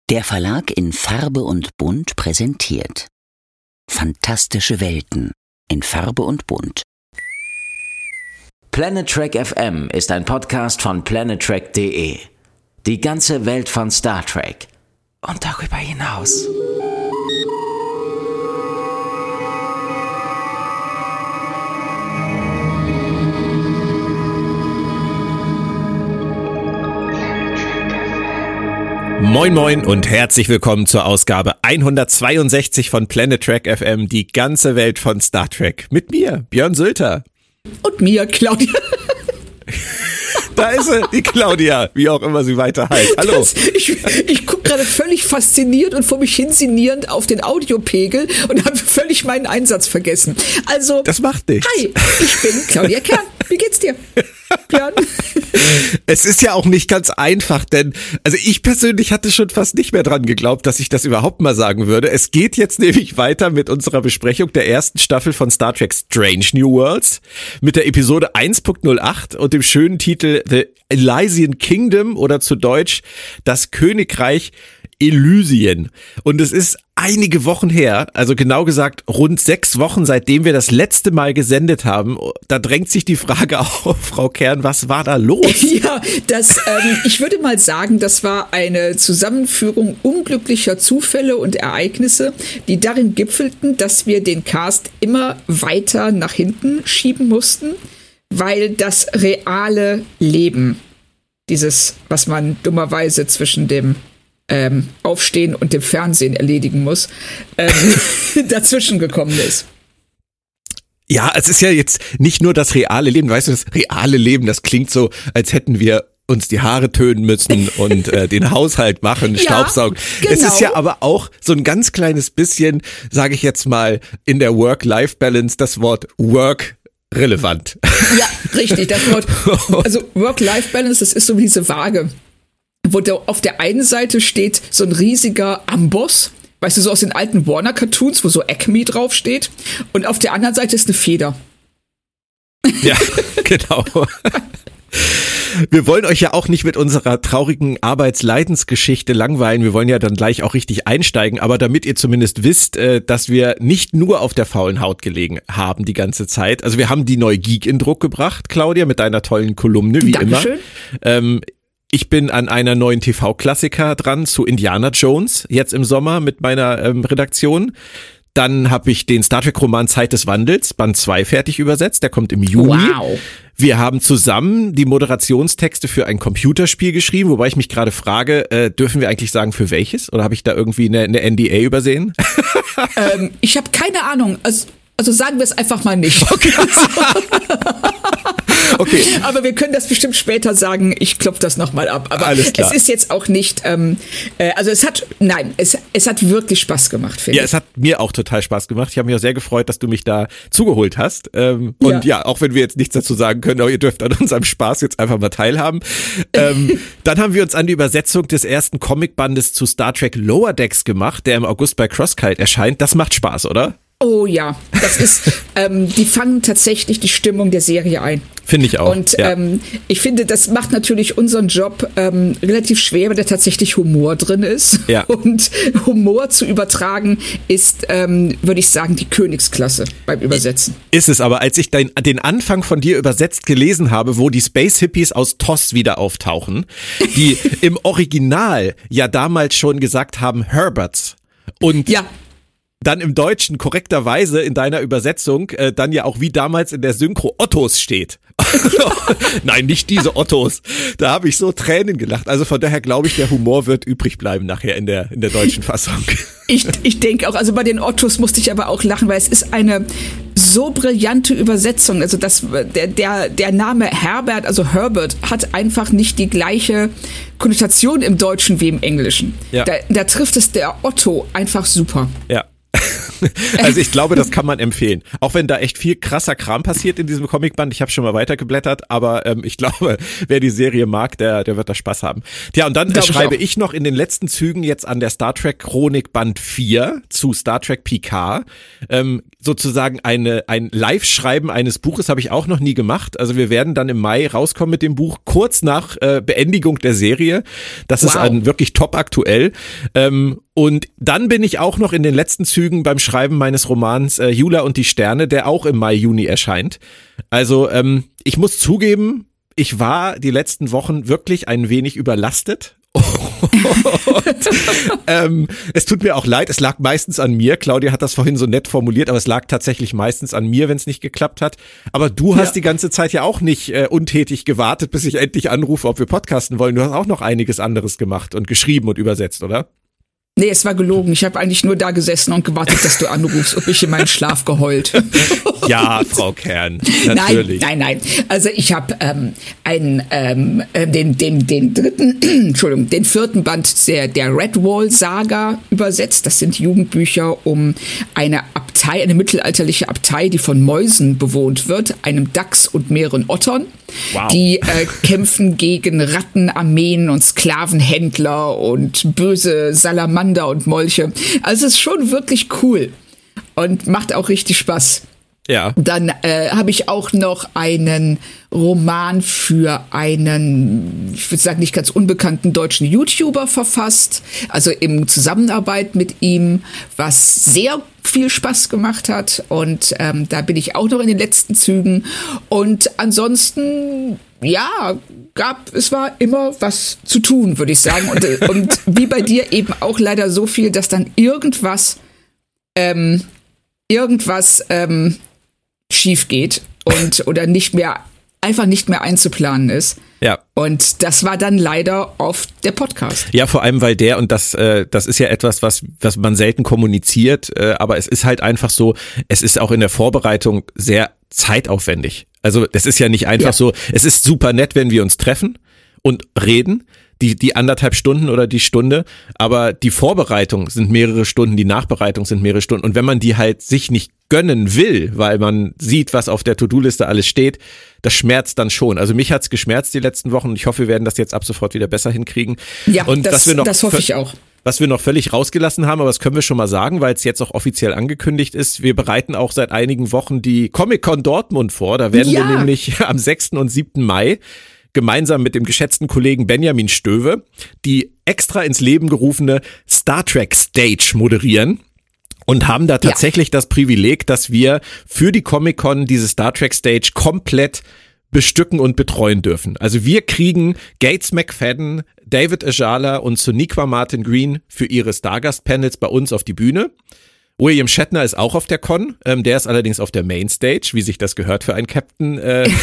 Der Verlag in Farbe und Bunt präsentiert Fantastische Welten in Farbe und Bunt. Planet Trek FM ist ein Podcast von planettrek.de. Die ganze Welt von Star Trek und darüber hinaus. Moin moin und herzlich willkommen zur Ausgabe 162 von Planet Trek FM, die ganze Welt von Star Trek. Mit mir, Björn Sülter. Und mir, Claudia. Da ist sie, die Claudia, wie auch immer sie weiter heißt. Hallo. Ich gucke gerade völlig fasziniert und vor mich hin sinnierend auf den Audiopegel und habe völlig meinen Einsatz vergessen. Also, das macht nichts. Hi, ich bin Claudia Kern. Wie geht's dir, Björn? Es ist ja auch nicht ganz einfach, denn also ich persönlich hatte schon fast nicht mehr dran geglaubt, dass ich das überhaupt mal sagen würde. Es geht jetzt nämlich weiter mit unserer Besprechung der ersten Staffel von Star Trek Strange New Worlds mit der Episode 1.08 und dem schönen Titel The Elysian Kingdom oder zu Deutsch Das Königreich Elysien. Und es ist einige Wochen her, also genau gesagt rund 6 Wochen, seitdem wir das letzte Mal gesendet haben. Da drängt sich die Frage auf, Frau Kern, was war da los? Ja, ich würde mal sagen, das war eine Zusammenführung unglücklicher Zufälle und Ereignisse, die darin gipfelten, dass wir den Cast immer weiter nach hinten schieben mussten, weil das reale Leben, dieses, was man dummerweise zwischen dem Aufstehen und dem Fernsehen erledigen muss, dazwischen gekommen ist. Ja, es ist ja jetzt nicht nur das reale Leben, weißt du, das reale Leben, das klingt so, als hätten wir uns die Haare tönen müssen und den Haushalt machen, Staubsaugen. Genau. Es ist ja aber auch so ein ganz kleines bisschen, sage ich jetzt mal, in der Work-Life-Balance das Wort Work relevant. Ja, richtig, das Wort, also Work-Life-Balance, das ist so wie diese Waage, wo auf der einen Seite steht so ein riesiger Amboss, weißt du, so aus den alten Warner-Cartoons, wo so Acme draufsteht, und auf der anderen Seite ist eine Feder. Ja, genau. Wir wollen euch ja auch nicht mit unserer traurigen Arbeitsleidensgeschichte langweilen. Wir wollen ja dann gleich auch richtig einsteigen. Aber damit ihr zumindest wisst, dass wir nicht nur auf der faulen Haut gelegen haben die ganze Zeit. Also wir haben die neue Geek in Druck gebracht, Claudia, mit deiner tollen Kolumne, wie Dankeschön. Immer. Ich bin an einer neuen TV-Klassiker dran zu Indiana Jones, jetzt im Sommer mit meiner Redaktion. Dann habe ich den Star Trek-Roman Zeit des Wandels, Band 2, fertig übersetzt. Der kommt im Juni. Wow. Wir haben zusammen die Moderationstexte für ein Computerspiel geschrieben, wobei ich mich gerade frage, dürfen wir eigentlich sagen, für welches? Oder habe ich da irgendwie eine NDA übersehen? Ich habe keine Ahnung. Also sagen wir es einfach mal nicht. Okay. Okay. Aber wir können das bestimmt später sagen. Ich klopfe das nochmal ab. Aber alles klar. Es ist jetzt auch nicht, also es hat wirklich Spaß gemacht, finde ich. Ja, es hat mir auch total Spaß gemacht. Ich habe mich auch sehr gefreut, dass du mich da zugeholt hast. Und ja, auch wenn wir jetzt nichts dazu sagen können, aber ihr dürft an unserem Spaß jetzt einfach mal teilhaben. Dann haben wir uns an die Übersetzung des ersten Comicbandes zu Star Trek Lower Decks gemacht, der im August bei CrossCult erscheint. Das macht Spaß, oder? Oh ja, das ist, die fangen tatsächlich die Stimmung der Serie ein. Finde ich auch. Und ja. Ich finde, das macht natürlich unseren Job relativ schwer, weil da tatsächlich Humor drin ist. Ja. Und Humor zu übertragen ist, würde ich sagen, die Königsklasse beim Übersetzen. Ist es aber, als ich den Anfang von dir übersetzt gelesen habe, wo die Space Hippies aus TOS wieder auftauchen, die im Original ja damals schon gesagt haben Herberts. Und ja. Dann im Deutschen korrekterweise in deiner Übersetzung dann ja auch wie damals in der Synchro Ottos steht. Nein, nicht diese Ottos. Da habe ich so Tränen gelacht. Also von daher glaube ich, der Humor wird übrig bleiben nachher in der deutschen Fassung. Ich denke auch, also bei den Ottos musste ich aber auch lachen, weil es ist eine so brillante Übersetzung. Also der Name Herbert, also Herbert, hat einfach nicht die gleiche Konnotation im Deutschen wie im Englischen. Ja. Da trifft es der Otto einfach super. Ja. Also ich glaube, das kann man empfehlen. Auch wenn da echt viel krasser Kram passiert in diesem Comicband. Ich habe schon mal weitergeblättert, aber ich glaube, wer die Serie mag, der wird da Spaß haben. Tja, und dann schreibe ich noch in den letzten Zügen jetzt an der Star Trek Chronik Band 4 zu Star Trek Picard. Sozusagen ein Live-Schreiben eines Buches habe ich auch noch nie gemacht. Also wir werden dann im Mai rauskommen mit dem Buch, kurz nach Beendigung der Serie. Das ist wirklich top aktuell. Und dann bin ich auch noch in den letzten Zügen beim Schreiben meines Romans Jula und die Sterne, der auch im Mai, Juni erscheint. Also ich muss zugeben, ich war die letzten Wochen wirklich ein wenig überlastet. Und, es tut mir auch leid, es lag meistens an mir. Claudia hat das vorhin so nett formuliert, aber es lag tatsächlich meistens an mir, wenn es nicht geklappt hat. Aber du hast die ganze Zeit ja auch nicht untätig gewartet, bis ich endlich anrufe, ob wir podcasten wollen. Du hast auch noch einiges anderes gemacht und geschrieben und übersetzt, oder? Nee, es war gelogen. Ich habe eigentlich nur da gesessen und gewartet, dass du anrufst und mich in meinen Schlaf geheult. Ja, Frau Kern, natürlich. Nein. Also ich habe den vierten Band der Redwall Saga übersetzt. Das sind Jugendbücher um eine mittelalterliche Abtei, die von Mäusen bewohnt wird, einem Dachs und mehreren Ottern. Wow. Die kämpfen gegen Rattenarmeen und Sklavenhändler und böse Salamander und Molche. Also es ist schon wirklich cool und macht auch richtig Spaß. Ja. Dann habe ich auch noch einen Roman für einen, ich würde sagen, nicht ganz unbekannten deutschen YouTuber verfasst, also in Zusammenarbeit mit ihm, was sehr viel Spaß gemacht hat. Und da bin ich auch noch in den letzten Zügen. Und ansonsten, ja, es war immer was zu tun, würde ich sagen. Und wie bei dir eben auch leider so viel, dass dann irgendwas schief geht oder einfach nicht mehr einzuplanen ist. Ja. Und das war dann leider oft der Podcast. Ja, vor allem, weil das ist ja etwas, was man selten kommuniziert, aber es ist halt einfach so, es ist auch in der Vorbereitung sehr zeitaufwendig. Also das ist ja nicht einfach so, es ist super nett, wenn wir uns treffen und reden, die 1,5 Stunden oder die Stunde, aber die Vorbereitung sind mehrere Stunden, die Nachbereitung sind mehrere Stunden und wenn man die halt sich nicht gönnen will, weil man sieht, was auf der To-Do-Liste alles steht, das schmerzt dann schon. Also mich hat's geschmerzt die letzten Wochen und ich hoffe, wir werden das jetzt ab sofort wieder besser hinkriegen. Ja, und das hoffe ich auch. Was wir noch völlig rausgelassen haben, aber das können wir schon mal sagen, weil es jetzt auch offiziell angekündigt ist, wir bereiten auch seit einigen Wochen die Comic-Con Dortmund vor. Da werden wir nämlich am 6. und 7. Mai gemeinsam mit dem geschätzten Kollegen Benjamin Stöwe die extra ins Leben gerufene Star Trek Stage moderieren. Und haben da tatsächlich das Privileg, dass wir für die Comic-Con diese Star Trek Stage komplett bestücken und betreuen dürfen. Also wir kriegen Gates McFadden, David Ajala und Sonequa Martin Green für ihre Stargast-Panels bei uns auf die Bühne. William Shatner ist auch auf der Con, der ist allerdings auf der Mainstage, wie sich das gehört für einen Captain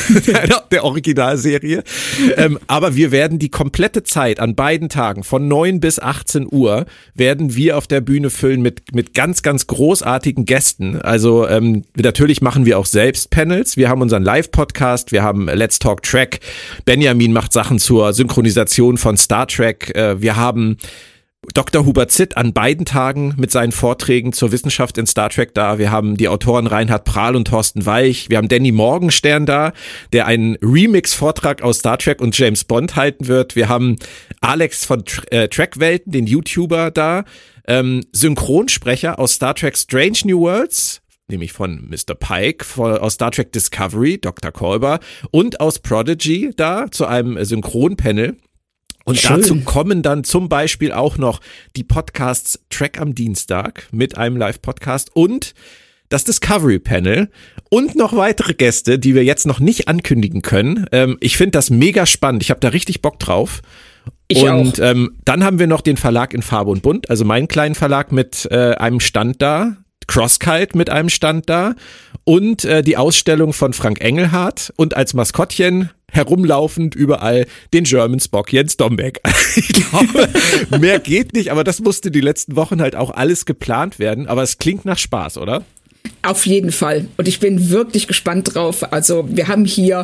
der Originalserie. Aber wir werden die komplette Zeit an beiden Tagen von 9 bis 18 Uhr werden wir auf der Bühne füllen mit ganz, ganz großartigen Gästen. Also natürlich machen wir auch selbst Panels. Wir haben unseren Live-Podcast, wir haben Let's Talk Trek. Benjamin macht Sachen zur Synchronisation von Star Trek. Wir haben Dr. Hubert Zitt an beiden Tagen mit seinen Vorträgen zur Wissenschaft in Star Trek da. Wir haben die Autoren Reinhard Prahl und Thorsten Weich. Wir haben Danny Morgenstern da, der einen Remix-Vortrag aus Star Trek und James Bond halten wird. Wir haben Alex von Trackwelten, den YouTuber da, Synchronsprecher aus Star Trek Strange New Worlds, nämlich von Mr. Pike, aus Star Trek Discovery, Dr. Kolber und aus Prodigy da zu einem Synchronpanel. Und schön. Dazu kommen dann zum Beispiel auch noch die Podcasts Trek am Dienstag mit einem Live-Podcast und das Discovery Panel und noch weitere Gäste, die wir jetzt noch nicht ankündigen können. Ich finde das mega spannend. Ich habe da richtig Bock drauf. Ich und auch. Dann haben wir noch den Verlag in Farbe und Bunt, also meinen kleinen Verlag mit einem Stand da. Crosskite mit einem Stand da und die Ausstellung von Frank Engelhardt und als Maskottchen herumlaufend überall den German Spock Jens Dombeck. Ich glaube, mehr geht nicht, aber das musste die letzten Wochen halt auch alles geplant werden, aber es klingt nach Spaß, oder? Auf jeden Fall und ich bin wirklich gespannt drauf. Also wir haben hier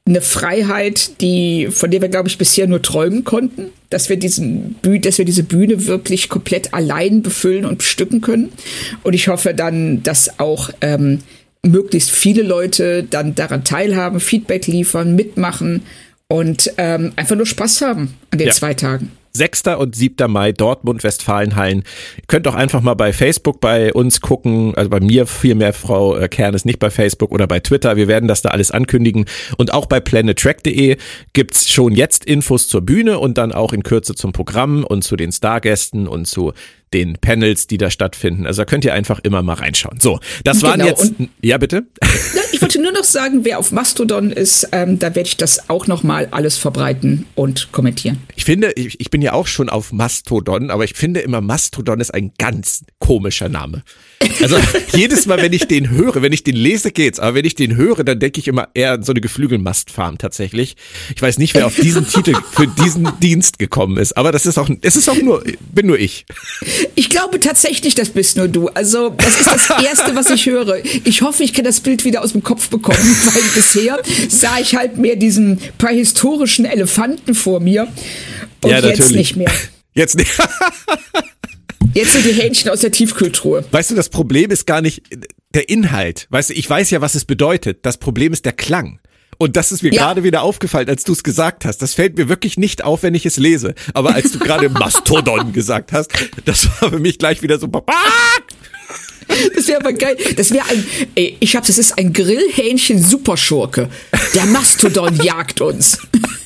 eine Freiheit, von der wir, glaube ich, bisher nur träumen konnten, dass wir diese Bühne wirklich komplett allein befüllen und bestücken können. Und ich hoffe dann, dass auch möglichst viele Leute dann daran teilhaben, Feedback liefern, mitmachen und einfach nur Spaß haben an den 2 Tagen. 6. und 7. Mai, Dortmund, Westfalenhallen. Ihr könnt auch einfach mal bei Facebook bei uns gucken, also bei mir vielmehr, Frau Kern ist nicht bei Facebook oder bei Twitter. Wir werden das da alles ankündigen. Und auch bei planettrack.de gibt's schon jetzt Infos zur Bühne und dann auch in Kürze zum Programm und zu den Stargästen und zu den Panels, die da stattfinden. Also da könnt ihr einfach immer mal reinschauen. So, das waren jetzt... Ja, bitte? Ich wollte nur noch sagen, wer auf Mastodon ist, da werde ich das auch nochmal alles verbreiten und kommentieren. Ich finde, ich bin ja auch schon auf Mastodon, aber ich finde immer, Mastodon ist ein ganz komischer Name. Also jedes Mal, wenn ich den höre, wenn ich den lese, geht's. Aber wenn ich den höre, dann denke ich immer eher an so eine Geflügelmastfarm tatsächlich. Ich weiß nicht, wer auf diesen Titel für diesen Dienst gekommen ist. Aber bin nur ich. Ich glaube tatsächlich, das bist nur du. Also das ist das Erste, was ich höre. Ich hoffe, ich kann das Bild wieder aus dem Kopf bekommen, weil bisher sah ich halt mehr diesen prähistorischen Elefanten vor mir. Und ja, jetzt nicht mehr. Jetzt nicht. Jetzt sind die Hähnchen aus der Tiefkühltruhe. Weißt du, das Problem ist gar nicht der Inhalt. Weißt du, ich weiß ja, was es bedeutet. Das Problem ist der Klang. Und das ist mir gerade wieder aufgefallen, als du es gesagt hast. Das fällt mir wirklich nicht auf, wenn ich es lese. Aber als du gerade Mastodon gesagt hast, das war für mich gleich wieder so... Das wäre aber geil. Das ist ein Grillhähnchen-Superschurke. Der Mastodon jagt uns.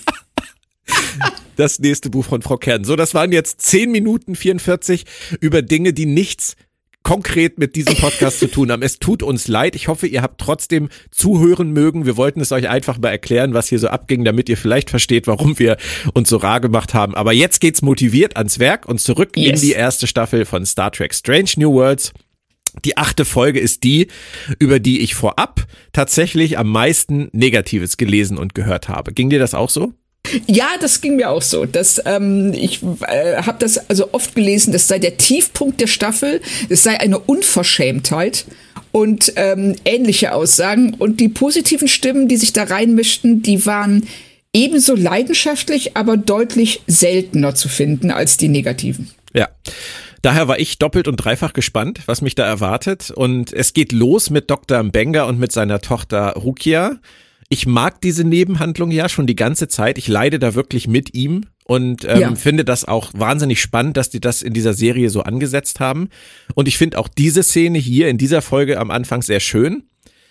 Das nächste Buch von Frau Kern. So, das waren jetzt 10 Minuten 44 über Dinge, die nichts konkret mit diesem Podcast zu tun haben. Es tut uns leid. Ich hoffe, ihr habt trotzdem zuhören mögen. Wir wollten es euch einfach mal erklären, was hier so abging, damit ihr vielleicht versteht, warum wir uns so rar gemacht haben. Aber jetzt geht's motiviert ans Werk und zurück in die erste Staffel von Star Trek Strange New Worlds. Die 8. Folge ist die, über die ich vorab tatsächlich am meisten Negatives gelesen und gehört habe. Ging dir das auch so? Ja, das ging mir auch so. Ich habe das also oft gelesen, das sei der Tiefpunkt der Staffel, es sei eine Unverschämtheit und ähnliche Aussagen. Und die positiven Stimmen, die sich da reinmischten, die waren ebenso leidenschaftlich, aber deutlich seltener zu finden als die negativen. Ja. Daher war ich doppelt und dreifach gespannt, was mich da erwartet. Und es geht los mit Dr. Mbenga und mit seiner Tochter Rukia. Ich mag diese Nebenhandlung ja schon die ganze Zeit. Ich leide da wirklich mit ihm und finde das auch wahnsinnig spannend, dass die das in dieser Serie so angesetzt haben. Und ich finde auch diese Szene hier in dieser Folge am Anfang sehr schön.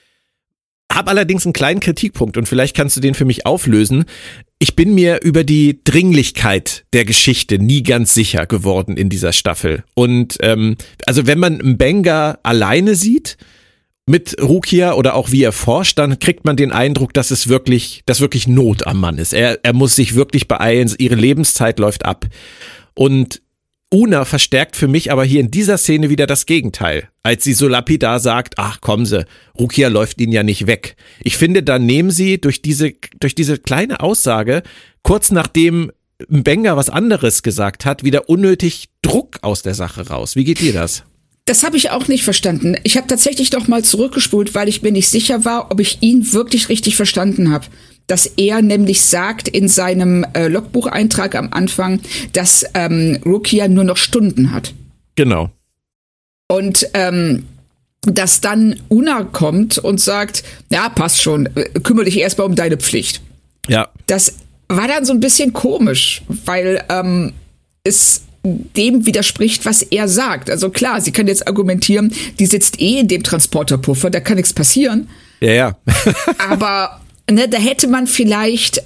Hab allerdings einen kleinen Kritikpunkt und vielleicht kannst du den für mich auflösen. Ich bin mir über die Dringlichkeit der Geschichte nie ganz sicher geworden in dieser Staffel. Und also wenn man Mbenga alleine sieht mit Rukia oder auch wie er forscht, dann kriegt man den Eindruck, dass wirklich Not am Mann ist. Er muss sich wirklich beeilen, ihre Lebenszeit läuft ab. Und Una verstärkt für mich aber hier in dieser Szene wieder das Gegenteil, als sie so lapidar sagt, ach kommen Sie, Rukia läuft Ihnen ja nicht weg. Ich finde, da nehmen sie durch diese kleine Aussage, kurz nachdem Mbenga was anderes gesagt hat, wieder unnötig Druck aus der Sache raus. Wie geht dir das? Das habe ich auch nicht verstanden. Ich habe tatsächlich noch mal zurückgespult, weil ich mir nicht sicher war, ob ich ihn wirklich richtig verstanden habe. Dass er nämlich sagt in seinem Logbucheintrag am Anfang, dass Rukia nur noch Stunden hat. Genau. Und dass dann Una kommt und sagt, ja, passt schon, kümmere dich erstmal um deine Pflicht. Ja. Das war dann so ein bisschen komisch, weil es dem widerspricht, was er sagt. Also klar, sie kann jetzt argumentieren, die sitzt in dem Transporterpuffer, da kann nichts passieren. Ja. Aber da hätte man vielleicht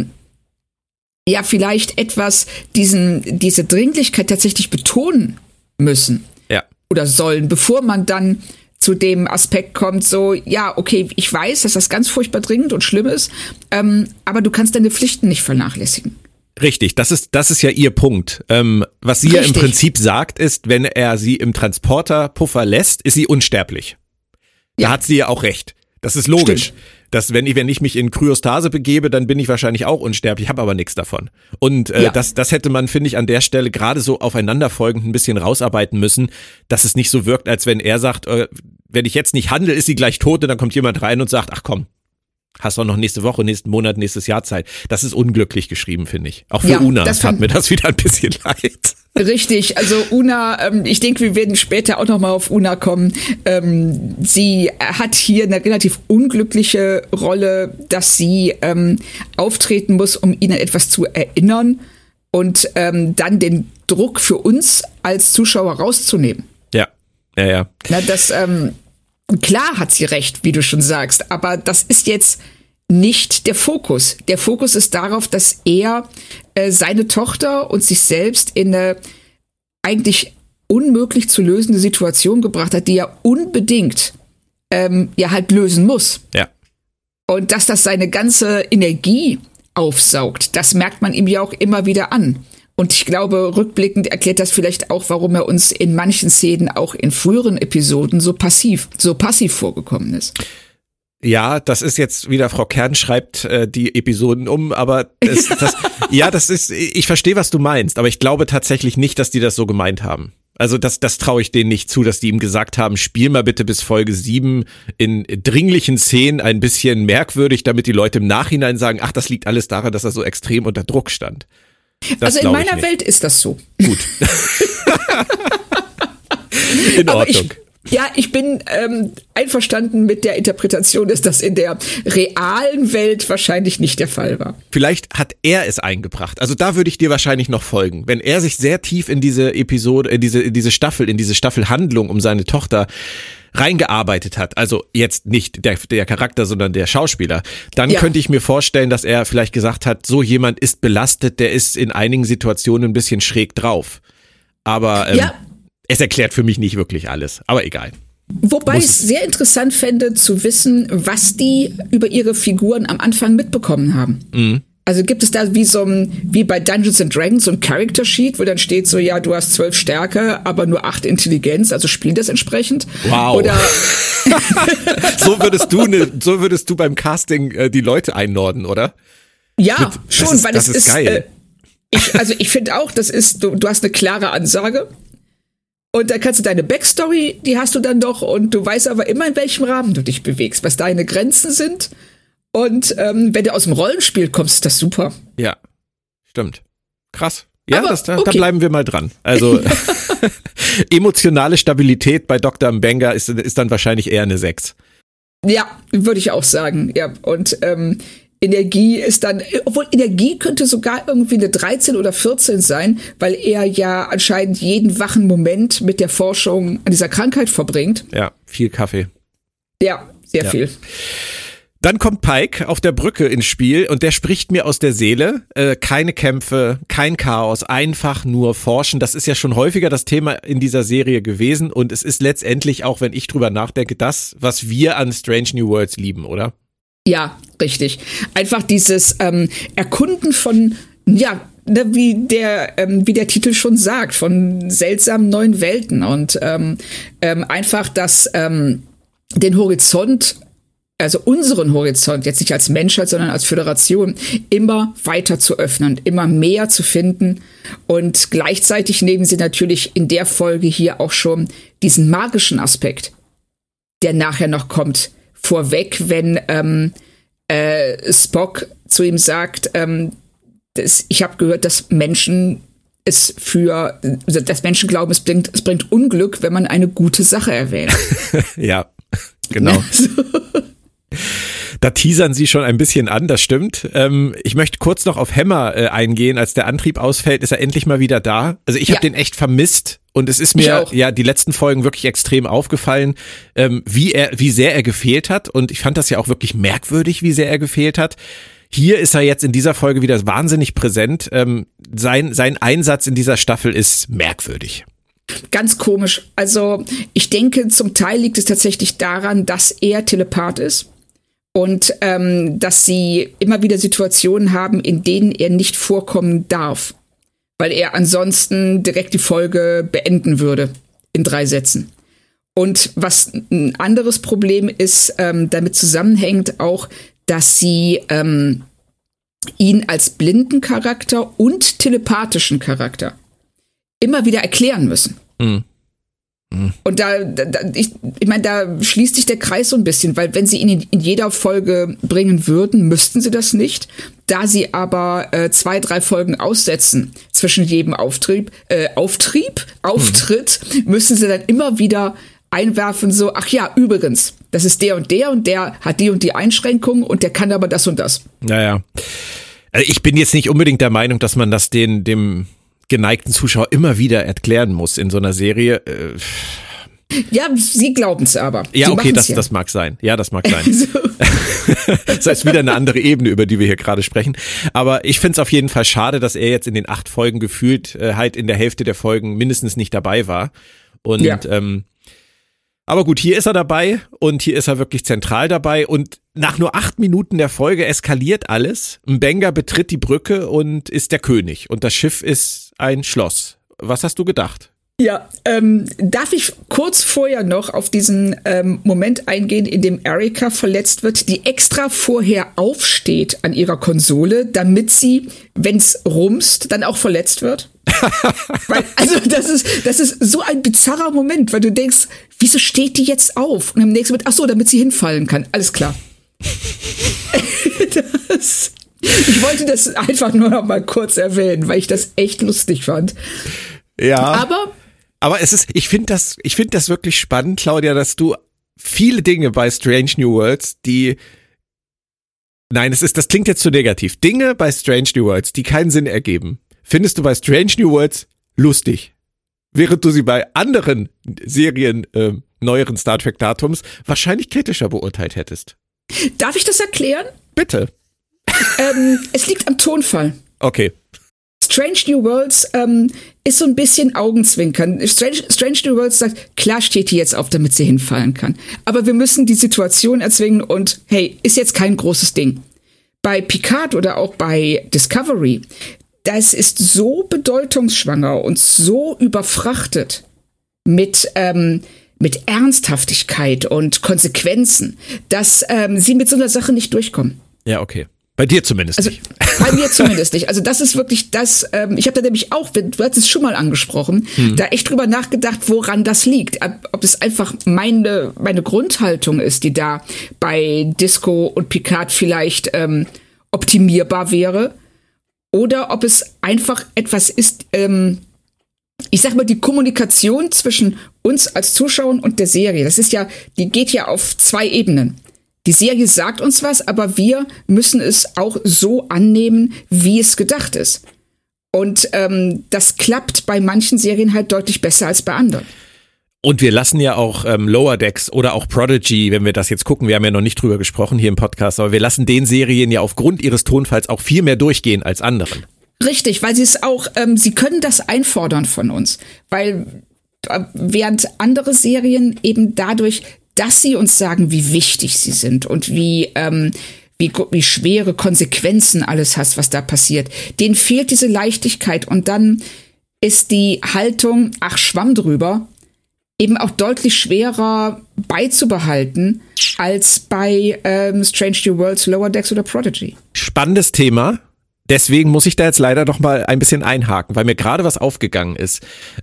etwas diese Dringlichkeit tatsächlich betonen müssen. Ja. Oder sollen, bevor man dann zu dem Aspekt kommt, so, ja, okay, ich weiß, dass das ganz furchtbar dringend und schlimm ist, aber du kannst deine Pflichten nicht vernachlässigen. Richtig, das ist ja ihr Punkt. Was sie ja im Prinzip sagt, ist, wenn er sie im Transporterpuffer lässt, ist sie unsterblich. Da hat sie ja auch recht. Das ist logisch. Stimmt. Dass wenn ich mich in Kryostase begebe, dann bin ich wahrscheinlich auch unsterblich, habe aber nichts davon. Und das hätte man, finde ich, an der Stelle gerade so aufeinanderfolgend ein bisschen rausarbeiten müssen, dass es nicht so wirkt, als wenn er sagt, wenn ich jetzt nicht handle, ist sie gleich tot und dann kommt jemand rein und sagt, ach komm, Hast auch noch nächste Woche, nächsten Monat, nächstes Jahr Zeit. Das ist unglücklich geschrieben, finde ich. Auch für Una tat mir das wieder ein bisschen leid. Richtig, also Una, ich denke, wir werden später auch nochmal auf Una kommen. Sie hat hier eine relativ unglückliche Rolle, dass sie auftreten muss, um ihnen etwas zu erinnern und dann den Druck für uns als Zuschauer rauszunehmen. Ja. Na, das, klar hat sie recht, wie du schon sagst, aber das ist jetzt nicht der Fokus. Der Fokus ist darauf, dass er seine Tochter und sich selbst in eine eigentlich unmöglich zu lösende Situation gebracht hat, die er unbedingt halt lösen muss. Ja. Und dass das seine ganze Energie aufsaugt, das merkt man ihm ja auch immer wieder an. Und ich glaube, rückblickend erklärt das vielleicht auch, warum er uns in manchen Szenen auch in früheren Episoden so passiv vorgekommen ist. Ja, das ist jetzt wieder, Frau Kern schreibt die Episoden um, aber ich verstehe, was du meinst, aber ich glaube tatsächlich nicht, dass die das so gemeint haben. Also das traue ich denen nicht zu, dass die ihm gesagt haben, spiel mal bitte bis Folge 7 in dringlichen Szenen ein bisschen merkwürdig, damit die Leute im Nachhinein sagen, ach, das liegt alles daran, dass er so extrem unter Druck stand. Das also in meiner Welt ist das so. Gut. In Ordnung. Ich bin einverstanden mit der Interpretation, dass das in der realen Welt wahrscheinlich nicht der Fall war. Vielleicht hat er es eingebracht. Also da würde ich dir wahrscheinlich noch folgen. Wenn er sich sehr tief in diese Episode, in diese Staffelhandlung um seine Tochter reingearbeitet hat, also jetzt nicht der Charakter, sondern der Schauspieler, dann könnte ich mir vorstellen, dass er vielleicht gesagt hat, so jemand ist belastet, der ist in einigen Situationen ein bisschen schräg drauf. Aber es erklärt für mich nicht wirklich alles, aber egal. Wobei ich es sehr interessant fände, zu wissen, was die über ihre Figuren am Anfang mitbekommen haben. Mhm. Also gibt es da wie bei Dungeons and Dragons so ein Character Sheet, wo dann steht so, ja, du hast 12 Stärke, aber nur 8 Intelligenz, also spiel das entsprechend. Wow. Oder so würdest du beim Casting die Leute einnorden, oder? Ja, schon, weil das ist geil. Ich finde auch, das ist, du hast eine klare Ansage. Und da kannst du deine Backstory, die hast du dann doch, und du weißt aber immer, in welchem Rahmen du dich bewegst, was deine Grenzen sind. Und wenn du aus dem Rollenspiel kommst, ist das super. Ja, stimmt. Krass. Ja, aber, da bleiben wir mal dran. Also emotionale Stabilität bei Dr. Mbenga ist dann wahrscheinlich eher eine 6. Ja, würde ich auch sagen. Ja, und Energie ist dann, obwohl Energie könnte sogar irgendwie eine 13 oder 14 sein, weil er ja anscheinend jeden wachen Moment mit der Forschung an dieser Krankheit verbringt. Ja, viel Kaffee. Ja, sehr viel. Dann kommt Pike auf der Brücke ins Spiel und der spricht mir aus der Seele. Keine Kämpfe, kein Chaos, einfach nur forschen. Das ist ja schon häufiger das Thema in dieser Serie gewesen und es ist letztendlich auch, wenn ich drüber nachdenke, das, was wir an Strange New Worlds lieben, oder? Ja, richtig. Einfach dieses Erkunden von, wie der Titel schon sagt, von seltsamen neuen Welten und einfach das den Horizont, also unseren Horizont, jetzt nicht als Menschheit, sondern als Föderation, immer weiter zu öffnen, immer mehr zu finden. Und gleichzeitig nehmen sie natürlich in der Folge hier auch schon diesen magischen Aspekt, der nachher noch kommt, vorweg, wenn Spock zu ihm sagt, ich habe gehört, dass Menschen glauben, es bringt Unglück, wenn man eine gute Sache erwähnt. Ja, genau. Da teasern sie schon ein bisschen an, das stimmt. Ich möchte kurz noch auf Hammer eingehen. Als der Antrieb ausfällt, ist er endlich mal wieder da. Also ich habe den echt vermisst und es ist mir die letzten Folgen wirklich extrem aufgefallen, wie sehr er gefehlt hat. Und ich fand das ja auch wirklich merkwürdig, wie sehr er gefehlt hat. Hier ist er jetzt in dieser Folge wieder wahnsinnig präsent. Sein Einsatz in dieser Staffel ist merkwürdig. Ganz komisch. Also ich denke, zum Teil liegt es tatsächlich daran, dass er Telepath ist und dass sie immer wieder Situationen haben, in denen er nicht vorkommen darf, weil er ansonsten direkt die Folge beenden würde in 3 Sätzen. Und was ein anderes Problem ist, damit zusammenhängt auch, dass sie ihn als blinden Charakter und telepathischen Charakter immer wieder erklären müssen. Mhm. Und ich meine, da schließt sich der Kreis so ein bisschen, weil wenn sie ihn in jeder Folge bringen würden, müssten sie das nicht. Da sie aber 2-3 Folgen aussetzen zwischen jedem Auftritt, müssen sie dann immer wieder einwerfen, so, ach ja, übrigens, das ist der und der hat die und die Einschränkungen und der kann aber das und das. Naja. Also ich bin jetzt nicht unbedingt der Meinung, dass man das dem geneigten Zuschauer immer wieder erklären muss in so einer Serie. Ja, sie glauben es aber. Ja, okay, das mag sein. Ja, das mag sein. So. Das ist wieder eine andere Ebene, über die wir hier gerade sprechen. Aber ich finde es auf jeden Fall schade, dass er jetzt in den 8 Folgen gefühlt halt in der Hälfte der Folgen mindestens nicht dabei war. Und ja. Aber gut, hier ist er dabei und hier ist er wirklich zentral dabei und nach nur 8 Minuten der Folge eskaliert alles. Mbenga betritt die Brücke und ist der König und das Schiff ist ein Schloss. Was hast du gedacht? Ja, darf ich kurz vorher noch auf diesen Moment eingehen, in dem Erika verletzt wird, die extra vorher aufsteht an ihrer Konsole, damit sie, wenn's rumst, dann auch verletzt wird? Weil, also das ist so ein bizarrer Moment, weil du denkst, wieso steht die jetzt auf? Und am nächsten Moment, ach so, damit sie hinfallen kann. Alles klar. Ich wollte das einfach nur noch mal kurz erwähnen, weil ich das echt lustig fand. Ja. Aber ich finde das wirklich spannend, Claudia, dass du viele Dinge bei Strange New Worlds, das klingt jetzt zu negativ. Dinge bei Strange New Worlds, die keinen Sinn ergeben, findest du bei Strange New Worlds lustig. Während du sie bei anderen Serien neueren Star Trek Datums wahrscheinlich kritischer beurteilt hättest. Darf ich das erklären? Bitte. Es liegt am Tonfall. Okay. Strange New Worlds ist so ein bisschen Augenzwinkern. Strange New Worlds sagt, klar steht die jetzt auf, damit sie hinfallen kann. Aber wir müssen die Situation erzwingen und hey, ist jetzt kein großes Ding. Bei Picard oder auch bei Discovery, das ist so bedeutungsschwanger und so überfrachtet mit Ernsthaftigkeit und Konsequenzen, dass sie mit so einer Sache nicht durchkommen. Ja, okay. Bei dir zumindest nicht. Bei mir zumindest nicht. Also das ist wirklich das, ich habe da nämlich auch, du hast es schon mal angesprochen, da echt drüber nachgedacht, woran das liegt. Ob es einfach meine Grundhaltung ist, die da bei Disco und Picard vielleicht optimierbar wäre, oder ob es einfach etwas ist, ich sag mal, die Kommunikation zwischen uns als Zuschauern und der Serie. Die geht ja auf 2 Ebenen. Die Serie sagt uns was, aber wir müssen es auch so annehmen, wie es gedacht ist. Und das klappt bei manchen Serien halt deutlich besser als bei anderen. Und wir lassen ja auch Lower Decks oder auch Prodigy, wenn wir das jetzt gucken, wir haben ja noch nicht drüber gesprochen hier im Podcast, aber wir lassen den Serien ja aufgrund ihres Tonfalls auch viel mehr durchgehen als anderen. Richtig, weil sie es auch, sie können das einfordern von uns. Weil während andere Serien eben dadurch, dass sie uns sagen, wie wichtig sie sind und wie schwere Konsequenzen alles hast, was da passiert. Denen fehlt diese Leichtigkeit und dann ist die Haltung, ach, Schwamm drüber, eben auch deutlich schwerer beizubehalten als bei Strange New Worlds, Lower Decks oder Prodigy. Spannendes Thema. Deswegen muss ich da jetzt leider noch mal ein bisschen einhaken, weil mir gerade was aufgegangen ist.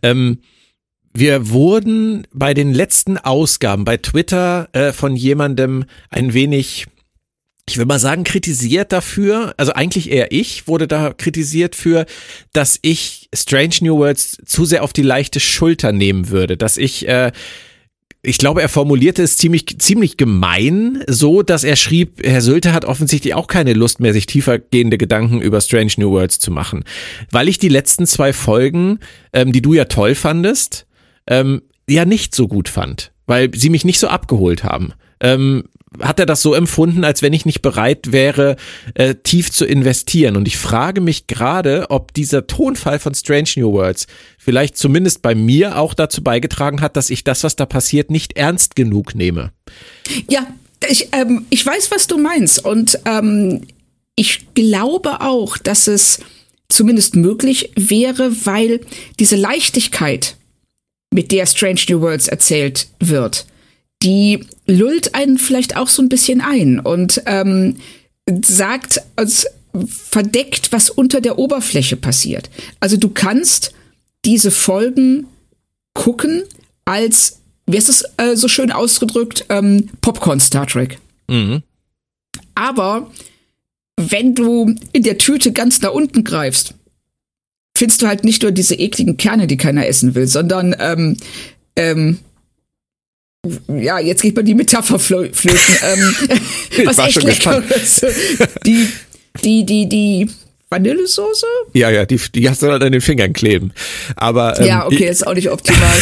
Wir wurden bei den letzten Ausgaben bei Twitter von jemandem ein wenig, ich will mal sagen, kritisiert dafür, also eigentlich eher ich wurde da kritisiert für, dass ich Strange New Worlds zu sehr auf die leichte Schulter nehmen würde, dass ich glaube, er formulierte es ziemlich gemein, so, dass er schrieb, Herr Sülte hat offensichtlich auch keine Lust mehr, sich tiefergehende Gedanken über Strange New Worlds zu machen, weil ich die letzten 2 Folgen, die du ja toll fandest, ja nicht so gut fand, weil sie mich nicht so abgeholt haben. Hat er das so empfunden, als wenn ich nicht bereit wäre, tief zu investieren? Und ich frage mich gerade, ob dieser Tonfall von Strange New Worlds vielleicht zumindest bei mir auch dazu beigetragen hat, dass ich das, was da passiert, nicht ernst genug nehme. Ja, ich weiß, was du meinst. Und ich glaube auch, dass es zumindest möglich wäre, weil diese Leichtigkeit, mit der Strange New Worlds erzählt wird, die lullt einen vielleicht auch so ein bisschen ein und sagt, verdeckt, was unter der Oberfläche passiert. Also du kannst diese Folgen gucken, als, wie ist es so schön ausgedrückt, Popcorn-Star Trek. Mhm. Aber wenn du in der Tüte ganz nach unten greifst, findest du halt nicht nur diese ekligen Kerne, die keiner essen will, sondern ja, jetzt geht man die Metapher flöten. Was echt Leckeres. Die Vanillesoße? Ja, die hast du dann an den Fingern kleben. Aber ja, okay, ist auch nicht optimal.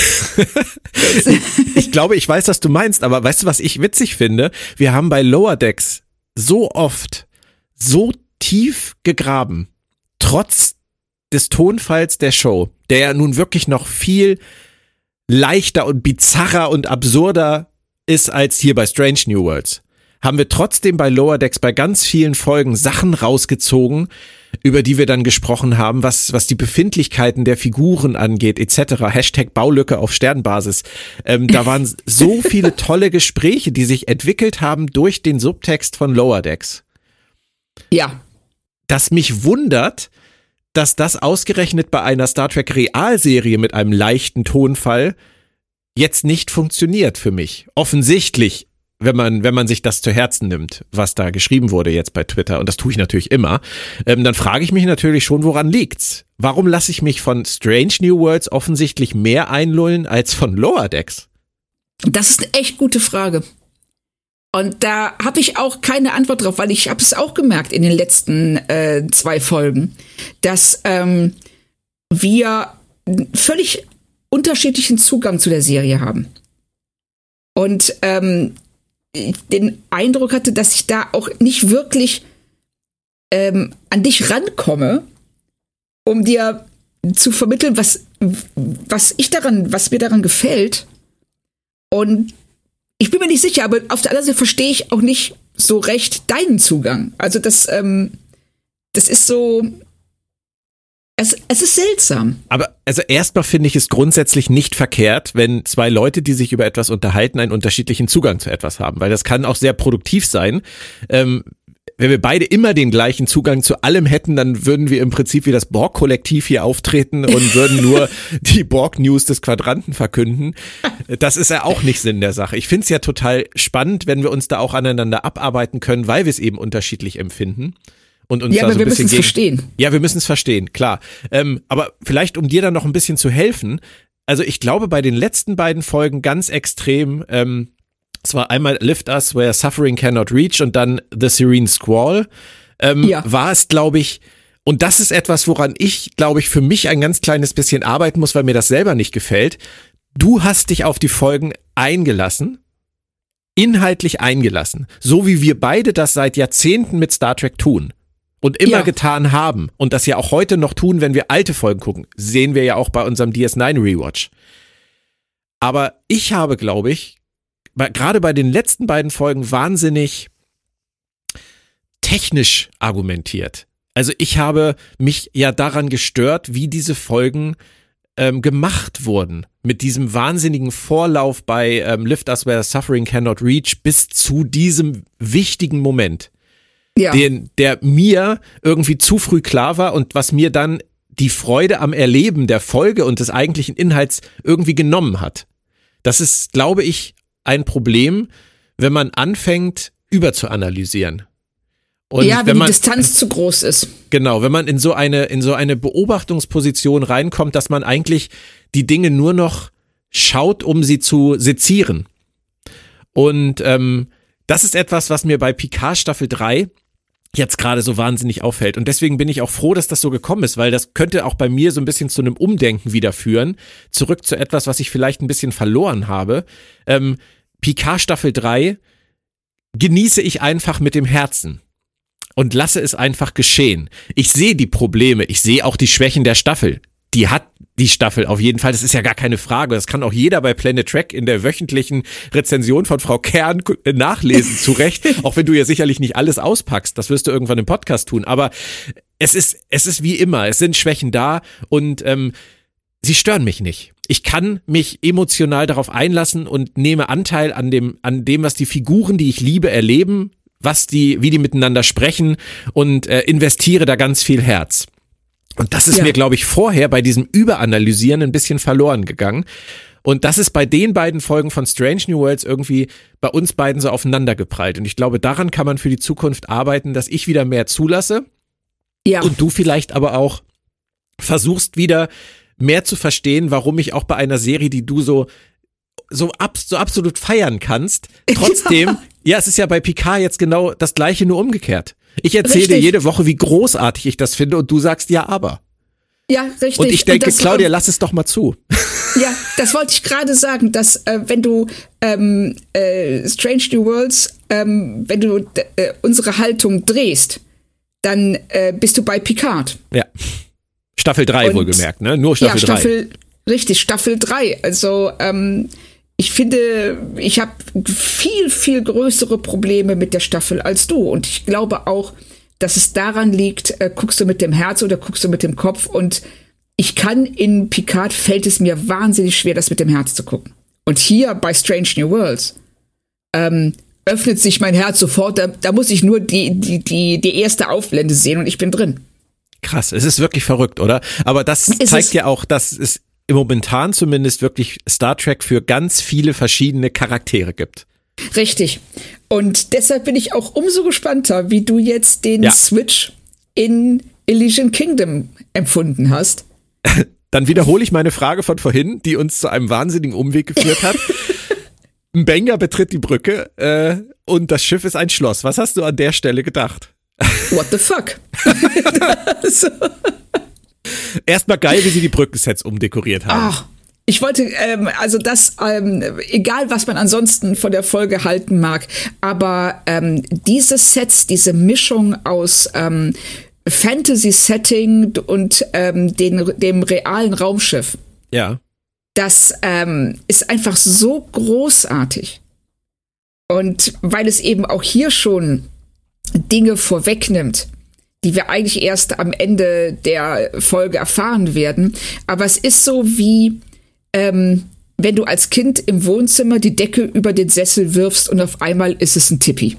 Ich glaube, ich weiß, was du meinst, aber weißt du, was ich witzig finde? Wir haben bei Lower Decks so oft so tief gegraben, trotz des Tonfalls der Show, der ja nun wirklich noch viel leichter und bizarrer und absurder ist als hier bei Strange New Worlds, haben wir trotzdem bei Lower Decks bei ganz vielen Folgen Sachen rausgezogen, über die wir dann gesprochen haben, was die Befindlichkeiten der Figuren angeht, etc. Hashtag Baulücke auf Sternbasis. Da waren so viele tolle Gespräche, die sich entwickelt haben durch den Subtext von Lower Decks. Ja. Dass mich wundert, dass das ausgerechnet bei einer Star Trek Realserie mit einem leichten Tonfall jetzt nicht funktioniert für mich. Offensichtlich, wenn man sich das zu Herzen nimmt, was da geschrieben wurde jetzt bei Twitter, und das tue ich natürlich immer, dann frage ich mich natürlich schon, woran liegt's? Warum lasse ich mich von Strange New Worlds offensichtlich mehr einlullen als von Lower Decks? Das ist eine echt gute Frage. Und da habe ich auch keine Antwort drauf, weil ich habe es auch gemerkt in den letzten 2 Folgen, dass wir einen völlig unterschiedlichen Zugang zu der Serie haben. Und ich den Eindruck hatte, dass ich da auch nicht wirklich an dich rankomme, um dir zu vermitteln, was mir daran gefällt. Und ich bin mir nicht sicher, aber auf der anderen Seite verstehe ich auch nicht so recht deinen Zugang. Also das ist so, es ist seltsam. Aber also erstmal finde ich es grundsätzlich nicht verkehrt, wenn 2 Leute, die sich über etwas unterhalten, einen unterschiedlichen Zugang zu etwas haben, weil das kann auch sehr produktiv sein. Wenn wir beide immer den gleichen Zugang zu allem hätten, dann würden wir im Prinzip wie das Borg-Kollektiv hier auftreten und würden nur die Borg-News des Quadranten verkünden. Das ist ja auch nicht Sinn der Sache. Ich finde es ja total spannend, wenn wir uns da auch aneinander abarbeiten können, weil wir es eben unterschiedlich empfinden. Und uns ja, da aber so wir müssen es verstehen. Ja, wir müssen es verstehen, klar. Aber vielleicht, um dir dann noch ein bisschen zu helfen, also ich glaube bei den letzten beiden Folgen ganz extrem, es war einmal Lift Us Where Suffering Cannot Reach und dann The Serene Squall, war es, glaube ich, und das ist etwas, woran ich, glaube ich, für mich ein ganz kleines bisschen arbeiten muss, weil mir das selber nicht gefällt. Du hast dich auf die Folgen eingelassen, inhaltlich eingelassen, so wie wir beide das seit Jahrzehnten mit Star Trek tun. Und immer getan haben und das ja auch heute noch tun, wenn wir alte Folgen gucken. Sehen wir ja auch bei unserem DS9 Rewatch. Aber ich habe, glaube ich, gerade bei den letzten beiden Folgen wahnsinnig technisch argumentiert. Also ich habe mich ja daran gestört, wie diese Folgen gemacht wurden. Mit diesem wahnsinnigen Vorlauf bei Lift Us Where Suffering Cannot Reach bis zu diesem wichtigen Moment. Ja. Der mir irgendwie zu früh klar war und was mir dann die Freude am Erleben der Folge und des eigentlichen Inhalts irgendwie genommen hat. Das ist, glaube ich, ein Problem, wenn man anfängt, überzuanalysieren. Und ja, wenn die Distanz zu groß ist. Genau, wenn man in so eine Beobachtungsposition reinkommt, dass man eigentlich die Dinge nur noch schaut, um sie zu sezieren. Und das ist etwas, was mir bei Picard Staffel 3 jetzt gerade so wahnsinnig auffällt. Und deswegen bin ich auch froh, dass das so gekommen ist, weil das könnte auch bei mir so ein bisschen zu einem Umdenken wieder führen. Zurück zu etwas, was ich vielleicht ein bisschen verloren habe. Picard Staffel 3 genieße ich einfach mit dem Herzen und lasse es einfach geschehen. Ich sehe die Probleme, ich sehe auch die Schwächen der Staffel. Die hat die Staffel auf jeden Fall, das ist ja gar keine Frage. Das kann auch jeder bei Planet Trek in der wöchentlichen Rezension von Frau Kern nachlesen, zu Recht. Auch wenn du ja sicherlich nicht alles auspackst, das wirst du irgendwann im Podcast tun. Aber es ist wie immer, es sind Schwächen da und sie stören mich nicht. Ich kann mich emotional darauf einlassen und nehme Anteil an dem, was die Figuren, die ich liebe, erleben, wie die miteinander sprechen und investiere da ganz viel Herz. Und das ist mir, glaube ich, vorher bei diesem Überanalysieren ein bisschen verloren gegangen. Und das ist bei den beiden Folgen von Strange New Worlds irgendwie bei uns beiden so aufeinander geprallt. Und ich glaube, daran kann man für die Zukunft arbeiten, dass ich wieder mehr zulasse. Ja. Und du vielleicht aber auch versuchst wieder mehr zu verstehen, warum ich auch bei einer Serie, die du so absolut feiern kannst, trotzdem, ja, es ist ja bei Picard jetzt genau das Gleiche, nur umgekehrt. Ich erzähle dir jede Woche, wie großartig ich das finde und du sagst ja, aber. Ja, richtig. Und ich denke, Claudia, lass es doch mal zu. Ja, das wollte ich gerade sagen, dass wenn du Strange New Worlds, wenn du unsere Haltung drehst, dann bist du bei Picard. Ja. Staffel 3 wohlgemerkt, ne? Nur Staffel 3. Richtig, Staffel 3. Also ich finde, ich habe viel, viel größere Probleme mit der Staffel als du. Und ich glaube auch, dass es daran liegt, guckst du mit dem Herz oder guckst du mit dem Kopf. Und in Picard fällt es mir wahnsinnig schwer, das mit dem Herz zu gucken. Und hier bei Strange New Worlds öffnet sich mein Herz sofort. Da muss ich nur die erste Aufblende sehen und ich bin drin. Krass, es ist wirklich verrückt, oder? Aber das zeigt ja auch, dass es momentan zumindest wirklich Star Trek für ganz viele verschiedene Charaktere gibt. Richtig. Und deshalb bin ich auch umso gespannter, wie du jetzt den Switch in Elysian Kingdom empfunden hast. Dann wiederhole ich meine Frage von vorhin, die uns zu einem wahnsinnigen Umweg geführt hat. Mbenga betritt die Brücke und das Schiff ist ein Schloss. Was hast du an der Stelle gedacht? What the fuck? Erstmal geil, wie sie die Brückensets umdekoriert haben. Ach, ich wollte, egal was man ansonsten von der Folge halten mag, aber diese Sets, diese Mischung aus Fantasy-Setting und dem realen Raumschiff. Ja. Das ist einfach so großartig. Und weil es eben auch hier schon Dinge vorwegnimmt, die wir eigentlich erst am Ende der Folge erfahren werden. Aber es ist so wie, wenn du als Kind im Wohnzimmer die Decke über den Sessel wirfst und auf einmal ist es ein Tippi.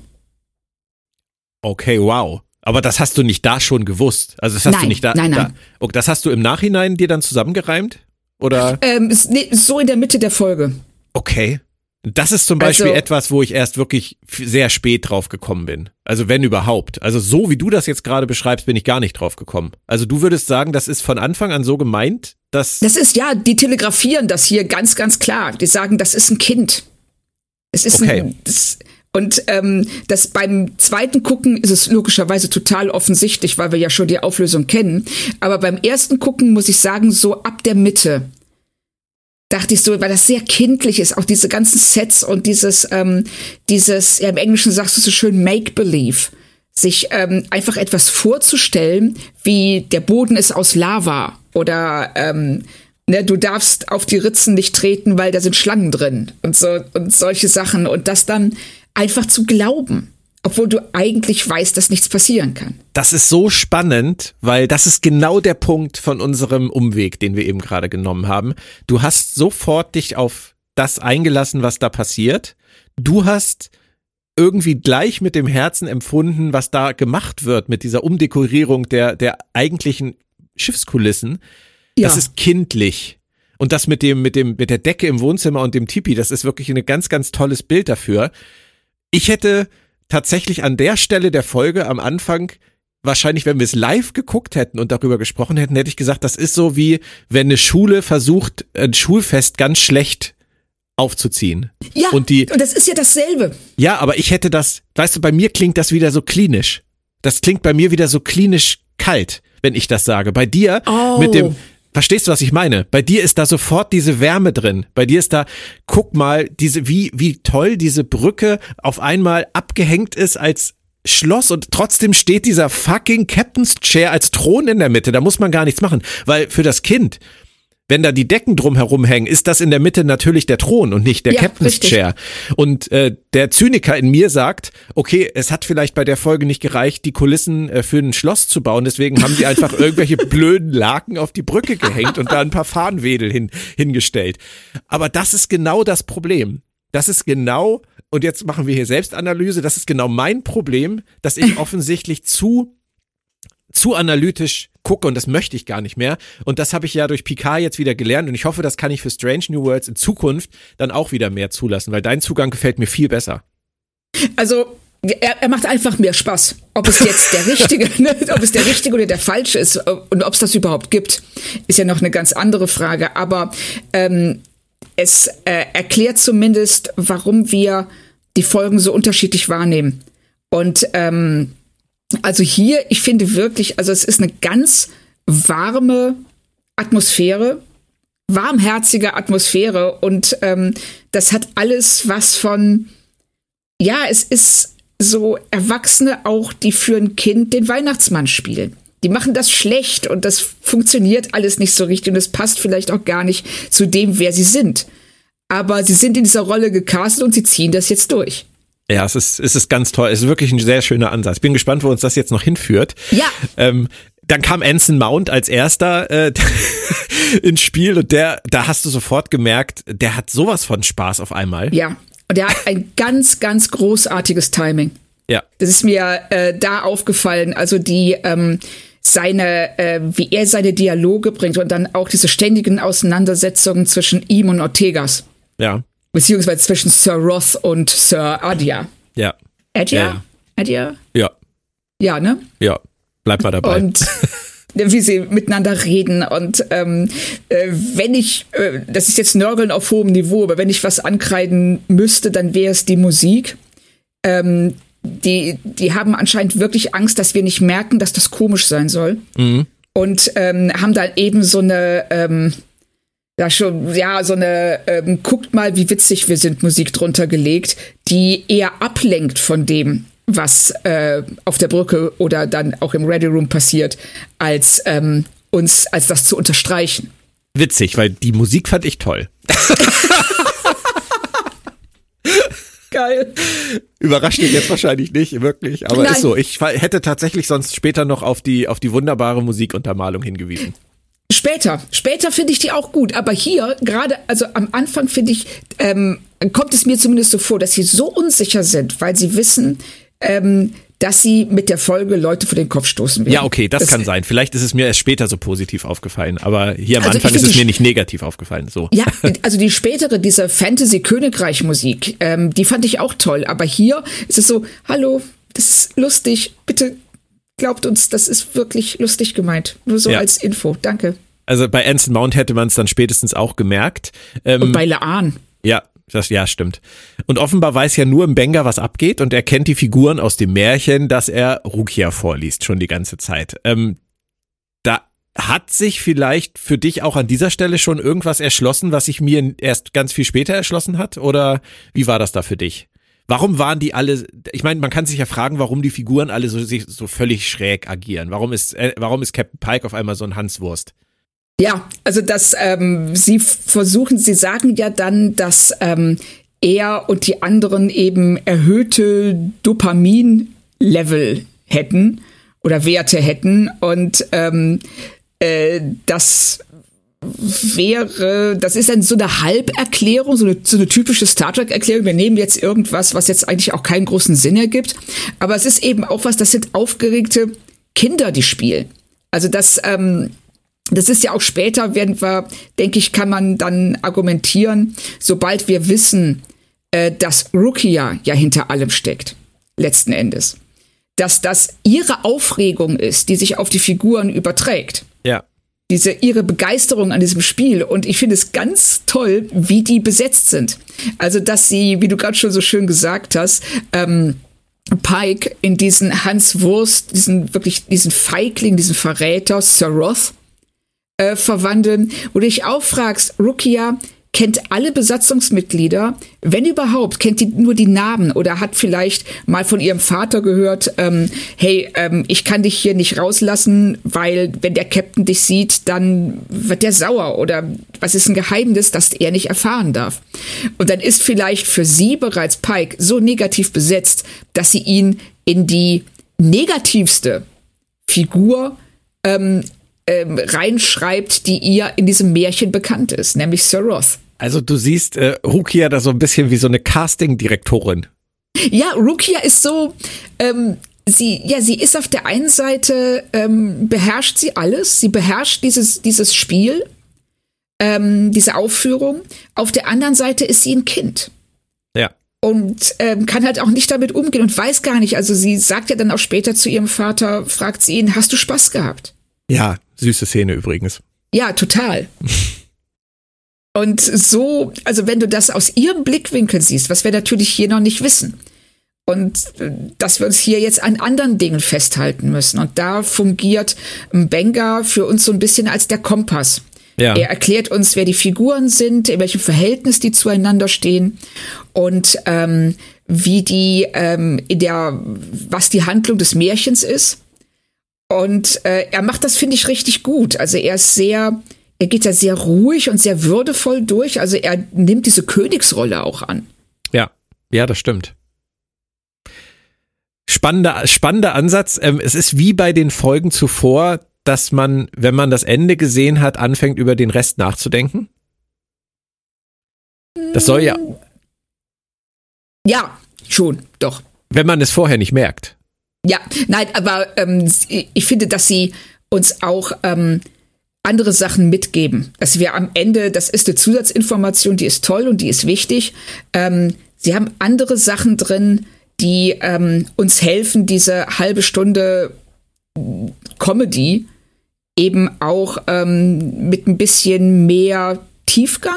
Okay, wow. Aber das hast du nicht da schon gewusst. Also das hast du nicht da. Nein. Okay, das hast du im Nachhinein dir dann zusammengereimt? Oder? So in der Mitte der Folge. Okay. Das ist zum Beispiel etwas, wo ich erst wirklich sehr spät drauf gekommen bin. Also wenn überhaupt. Also so wie du das jetzt gerade beschreibst, bin ich gar nicht drauf gekommen. Also du würdest sagen, das ist von Anfang an so gemeint, dass... Das ist, ja, die telegrafieren das hier ganz, ganz klar. Die sagen, das ist ein Kind. Es ist okay. Das beim zweiten Gucken ist es logischerweise total offensichtlich, weil wir ja schon die Auflösung kennen. Aber beim ersten Gucken muss ich sagen, so ab der Mitte dachte ich so, weil das sehr kindlich ist, auch diese ganzen Sets und dieses, ja, im Englischen sagst du so schön Make-Believe, sich einfach etwas vorzustellen, wie der Boden ist aus Lava oder du darfst auf die Ritzen nicht treten, weil da sind Schlangen drin und so und solche Sachen und das dann einfach zu glauben, obwohl du eigentlich weißt, dass nichts passieren kann. Das ist so spannend, weil das ist genau der Punkt von unserem Umweg, den wir eben gerade genommen haben. Du hast sofort dich auf das eingelassen, was da passiert. Du hast irgendwie gleich mit dem Herzen empfunden, was da gemacht wird mit dieser Umdekorierung der eigentlichen Schiffskulissen. Ja. Das ist kindlich. Und das mit der Decke im Wohnzimmer und dem Tipi, das ist wirklich ein ganz, ganz tolles Bild dafür. Ich hätte tatsächlich an der Stelle der Folge am Anfang, wahrscheinlich, wenn wir es live geguckt hätten und darüber gesprochen hätten, hätte ich gesagt, das ist so wie, wenn eine Schule versucht, ein Schulfest ganz schlecht aufzuziehen. Ja, und das ist ja dasselbe. Ja, aber ich hätte das, weißt du, bei mir klingt das wieder so klinisch. Das klingt bei mir wieder so klinisch kalt, wenn ich das sage. Bei dir mit dem... Verstehst du, was ich meine? Bei dir ist da sofort diese Wärme drin. Bei dir ist da, guck mal, wie toll diese Brücke auf einmal abgehängt ist als Schloss und trotzdem steht dieser fucking Captain's Chair als Thron in der Mitte. Da muss man gar nichts machen, weil für das Kind, wenn da die Decken drumherum hängen, ist das in der Mitte natürlich der Thron und nicht der Captain's Chair. Und der Zyniker in mir sagt, okay, es hat vielleicht bei der Folge nicht gereicht, die Kulissen für ein Schloss zu bauen, deswegen haben sie einfach irgendwelche blöden Laken auf die Brücke gehängt und da ein paar Fahnenwedel hingestellt. Aber das ist genau das Problem. Das ist genau, und jetzt machen wir hier Selbstanalyse, das ist genau mein Problem, dass ich offensichtlich zu zu analytisch gucke und das möchte ich gar nicht mehr. Und das habe ich ja durch Picard jetzt wieder gelernt und ich hoffe, das kann ich für Strange New Worlds in Zukunft dann auch wieder mehr zulassen, weil dein Zugang gefällt mir viel besser. Also er macht einfach mehr Spaß. Ob es jetzt der richtige, ob es der richtige oder der falsche ist und ob es das überhaupt gibt, ist ja noch eine ganz andere Frage. Aber es erklärt zumindest, warum wir die Folgen so unterschiedlich wahrnehmen. Und also hier, ich finde wirklich, also es ist eine ganz warme Atmosphäre, warmherzige Atmosphäre und das hat alles was von, ja, es ist so Erwachsene auch, die für ein Kind den Weihnachtsmann spielen. Die machen das schlecht und das funktioniert alles nicht so richtig und es passt vielleicht auch gar nicht zu dem, wer sie sind. Aber sie sind in dieser Rolle gecastet und sie ziehen das jetzt durch. Ja, es ist ganz toll. Es ist wirklich ein sehr schöner Ansatz. Ich bin gespannt, wo uns das jetzt noch hinführt. Ja. Dann kam Anson Mount als erster ins Spiel und da hast du sofort gemerkt, der hat sowas von Spaß auf einmal. Ja, und der hat ein ganz, ganz großartiges Timing. Ja. Das ist mir da aufgefallen. Also wie er seine Dialoge bringt und dann auch diese ständigen Auseinandersetzungen zwischen ihm und Ortegas. Ja. Beziehungsweise zwischen Sir Roth und Sir Adia. Ja. Adia? Ja. Ja, ne? Ja, bleib mal dabei. Und wie sie miteinander reden und wenn ich, das ist jetzt Nörgeln auf hohem Niveau, aber wenn ich was ankreiden müsste, dann wäre es die Musik. Die haben anscheinend wirklich Angst, dass wir nicht merken, dass das komisch sein soll. Mhm. Und haben dann eben so eine guckt mal, wie witzig wir sind, Musik drunter gelegt, die eher ablenkt von dem, was auf der Brücke oder dann auch im Ready Room passiert, als das zu unterstreichen. Witzig, weil die Musik fand ich toll. Geil. Überrascht dich jetzt wahrscheinlich nicht, wirklich, aber Nein. Ist so. Ich hätte tatsächlich sonst später noch auf die wunderbare Musikuntermalung hingewiesen. Später finde ich die auch gut, aber hier, gerade, also am Anfang finde ich, kommt es mir zumindest so vor, dass sie so unsicher sind, weil sie wissen, dass sie mit der Folge Leute vor den Kopf stoßen werden. Ja, okay, das kann sein. Vielleicht ist es mir erst später so positiv aufgefallen, aber hier am Anfang ist es mir nicht negativ aufgefallen. So. Ja, also die spätere, diese Fantasy-Königreich-Musik, die fand ich auch toll, aber hier ist es so, hallo, das ist lustig, bitte glaubt uns, das ist wirklich lustig gemeint. Nur so als Info, danke. Also bei Anson Mount hätte man es dann spätestens auch gemerkt. Und bei Laan. Ja, stimmt. Und offenbar weiß ja nur Mbenga, was abgeht und er kennt die Figuren aus dem Märchen, das er Rukia vorliest, schon die ganze Zeit. Da hat sich vielleicht für dich auch an dieser Stelle schon irgendwas erschlossen, was sich mir erst ganz viel später erschlossen hat? Oder wie war das da für dich? Warum waren die alle, ich meine, man kann sich ja fragen, warum die Figuren alle so völlig schräg agieren. Warum ist Captain Pike auf einmal so ein Hanswurst? Ja, also sie sagen ja dann, dass er und die anderen eben erhöhte Dopamin-Level hätten oder Werte hätten und das ist dann so eine Halberklärung, so eine typische Star Trek-Erklärung. Wir nehmen jetzt irgendwas, was jetzt eigentlich auch keinen großen Sinn ergibt. Aber es ist eben auch was, das sind aufgeregte Kinder, die spielen. Also das ist ja auch später, denke ich, kann man dann argumentieren, sobald wir wissen, dass Rukia ja hinter allem steckt, letzten Endes. Dass das ihre Aufregung ist, die sich auf die Figuren überträgt. Ja. Ihre Begeisterung an diesem Spiel. Und ich finde es ganz toll, wie die besetzt sind. Also, dass sie, wie du gerade schon so schön gesagt hast, Pike in diesen Hans Wurst, diesen Feigling, diesen Verräter, Sir Roth, verwandeln. Wo du dich auch fragst, Rukia kennt alle Besatzungsmitglieder, wenn überhaupt, kennt die nur die Namen oder hat vielleicht mal von ihrem Vater gehört, ich kann dich hier nicht rauslassen, weil wenn der Captain dich sieht, dann wird der sauer oder was ist ein Geheimnis, das er nicht erfahren darf. Und dann ist vielleicht für sie bereits Pike so negativ besetzt, dass sie ihn in die negativste Figur reinschreibt, die ihr in diesem Märchen bekannt ist, nämlich Sir Roth. Also du siehst Rukia da so ein bisschen wie so eine Casting-Direktorin. Ja, Rukia ist so, sie ist auf der einen Seite, beherrscht sie alles, sie beherrscht dieses Spiel, diese Aufführung. Auf der anderen Seite ist sie ein Kind. Ja. Und kann halt auch nicht damit umgehen und weiß gar nicht, also sie sagt ja dann auch später zu ihrem Vater, fragt sie ihn, hast du Spaß gehabt? Ja, süße Szene übrigens. Ja, total. Und so, also wenn du das aus ihrem Blickwinkel siehst, was wir natürlich hier noch nicht wissen, und dass wir uns hier jetzt an anderen Dingen festhalten müssen. Und da fungiert Mbenga für uns so ein bisschen als der Kompass. Ja. Er erklärt uns, wer die Figuren sind, in welchem Verhältnis die zueinander stehen und wie die was die Handlung des Märchens ist. Und er macht das, finde ich, richtig gut. Also er geht ja sehr ruhig und sehr würdevoll durch. Also er nimmt diese Königsrolle auch an. Ja, das stimmt. Spannender Ansatz. Es ist wie bei den Folgen zuvor, dass man, wenn man das Ende gesehen hat, anfängt, über den Rest nachzudenken. Das soll ja... Ja, schon, doch. Wenn man es vorher nicht merkt. Ja, nein, aber ich finde, dass sie uns auch andere Sachen mitgeben. Dass wir am Ende, das ist eine Zusatzinformation, die ist toll und die ist wichtig. Sie haben andere Sachen drin, die uns helfen, diese halbe Stunde Comedy eben auch mit ein bisschen mehr Tiefgang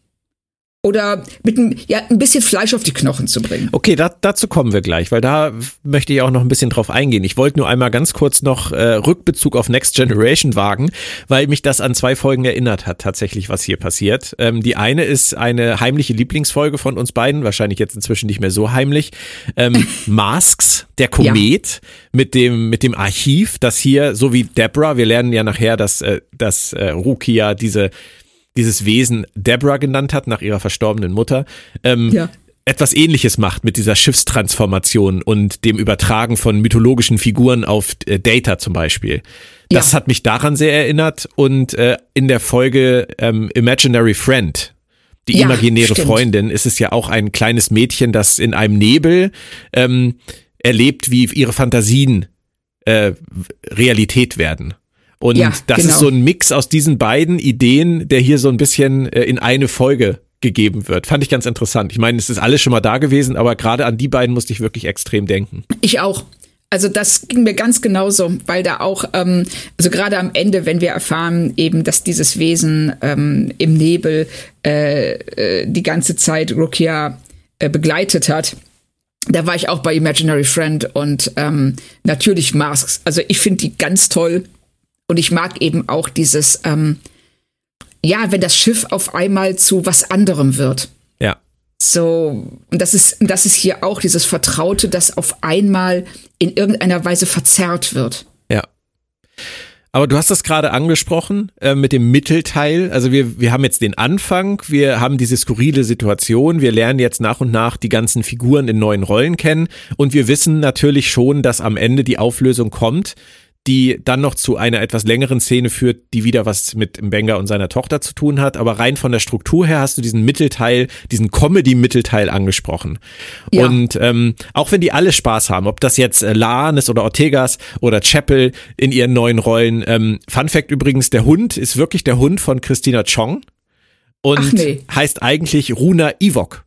oder mit ein bisschen Fleisch auf die Knochen zu bringen. Okay, dazu kommen wir gleich, weil da möchte ich auch noch ein bisschen drauf eingehen. Ich wollte nur einmal ganz kurz noch Rückbezug auf Next Generation wagen, weil mich das an 2 Folgen erinnert hat, tatsächlich, was hier passiert. Die eine ist eine heimliche Lieblingsfolge von uns beiden, wahrscheinlich jetzt inzwischen nicht mehr so heimlich. Masks, der Komet, mit dem Archiv, das hier, so wie Deborah, wir lernen ja nachher, dass Rukia dieses Wesen Deborah genannt hat, nach ihrer verstorbenen Mutter, etwas Ähnliches macht mit dieser Schiffstransformation und dem Übertragen von mythologischen Figuren auf Data zum Beispiel. Das hat mich daran sehr erinnert und in der Folge Imaginary Friend, die imaginäre Freundin, ist es ja auch ein kleines Mädchen, das in einem Nebel erlebt, wie ihre Fantasien Realität werden. Und das ist so ein Mix aus diesen beiden Ideen, der hier so ein bisschen in eine Folge gegeben wird. Fand ich ganz interessant. Ich meine, es ist alles schon mal da gewesen, aber gerade an die beiden musste ich wirklich extrem denken. Ich auch. Also das ging mir ganz genauso, weil da auch, also gerade am Ende, wenn wir erfahren eben, dass dieses Wesen im Nebel die ganze Zeit Rukia begleitet hat, da war ich auch bei Imaginary Friend und natürlich Masks. Also ich finde die ganz toll. Und ich mag eben auch dieses, wenn das Schiff auf einmal zu was anderem wird. Ja. So, und das ist hier auch dieses Vertraute, das auf einmal in irgendeiner Weise verzerrt wird. Ja. Aber du hast das gerade angesprochen mit dem Mittelteil. Also wir haben jetzt den Anfang, wir haben diese skurrile Situation, wir lernen jetzt nach und nach die ganzen Figuren in neuen Rollen kennen und wir wissen natürlich schon, dass am Ende die Auflösung kommt, die dann noch zu einer etwas längeren Szene führt, die wieder was mit Mbenga und seiner Tochter zu tun hat. Aber rein von der Struktur her hast du diesen Mittelteil, diesen Comedy-Mittelteil angesprochen. Ja. Und auch wenn die alle Spaß haben, ob das jetzt Laanes oder Ortegas oder Chapel in ihren neuen Rollen. Fun Fact übrigens, der Hund ist wirklich der Hund von Christina Chong und heißt eigentlich Runa Ivok.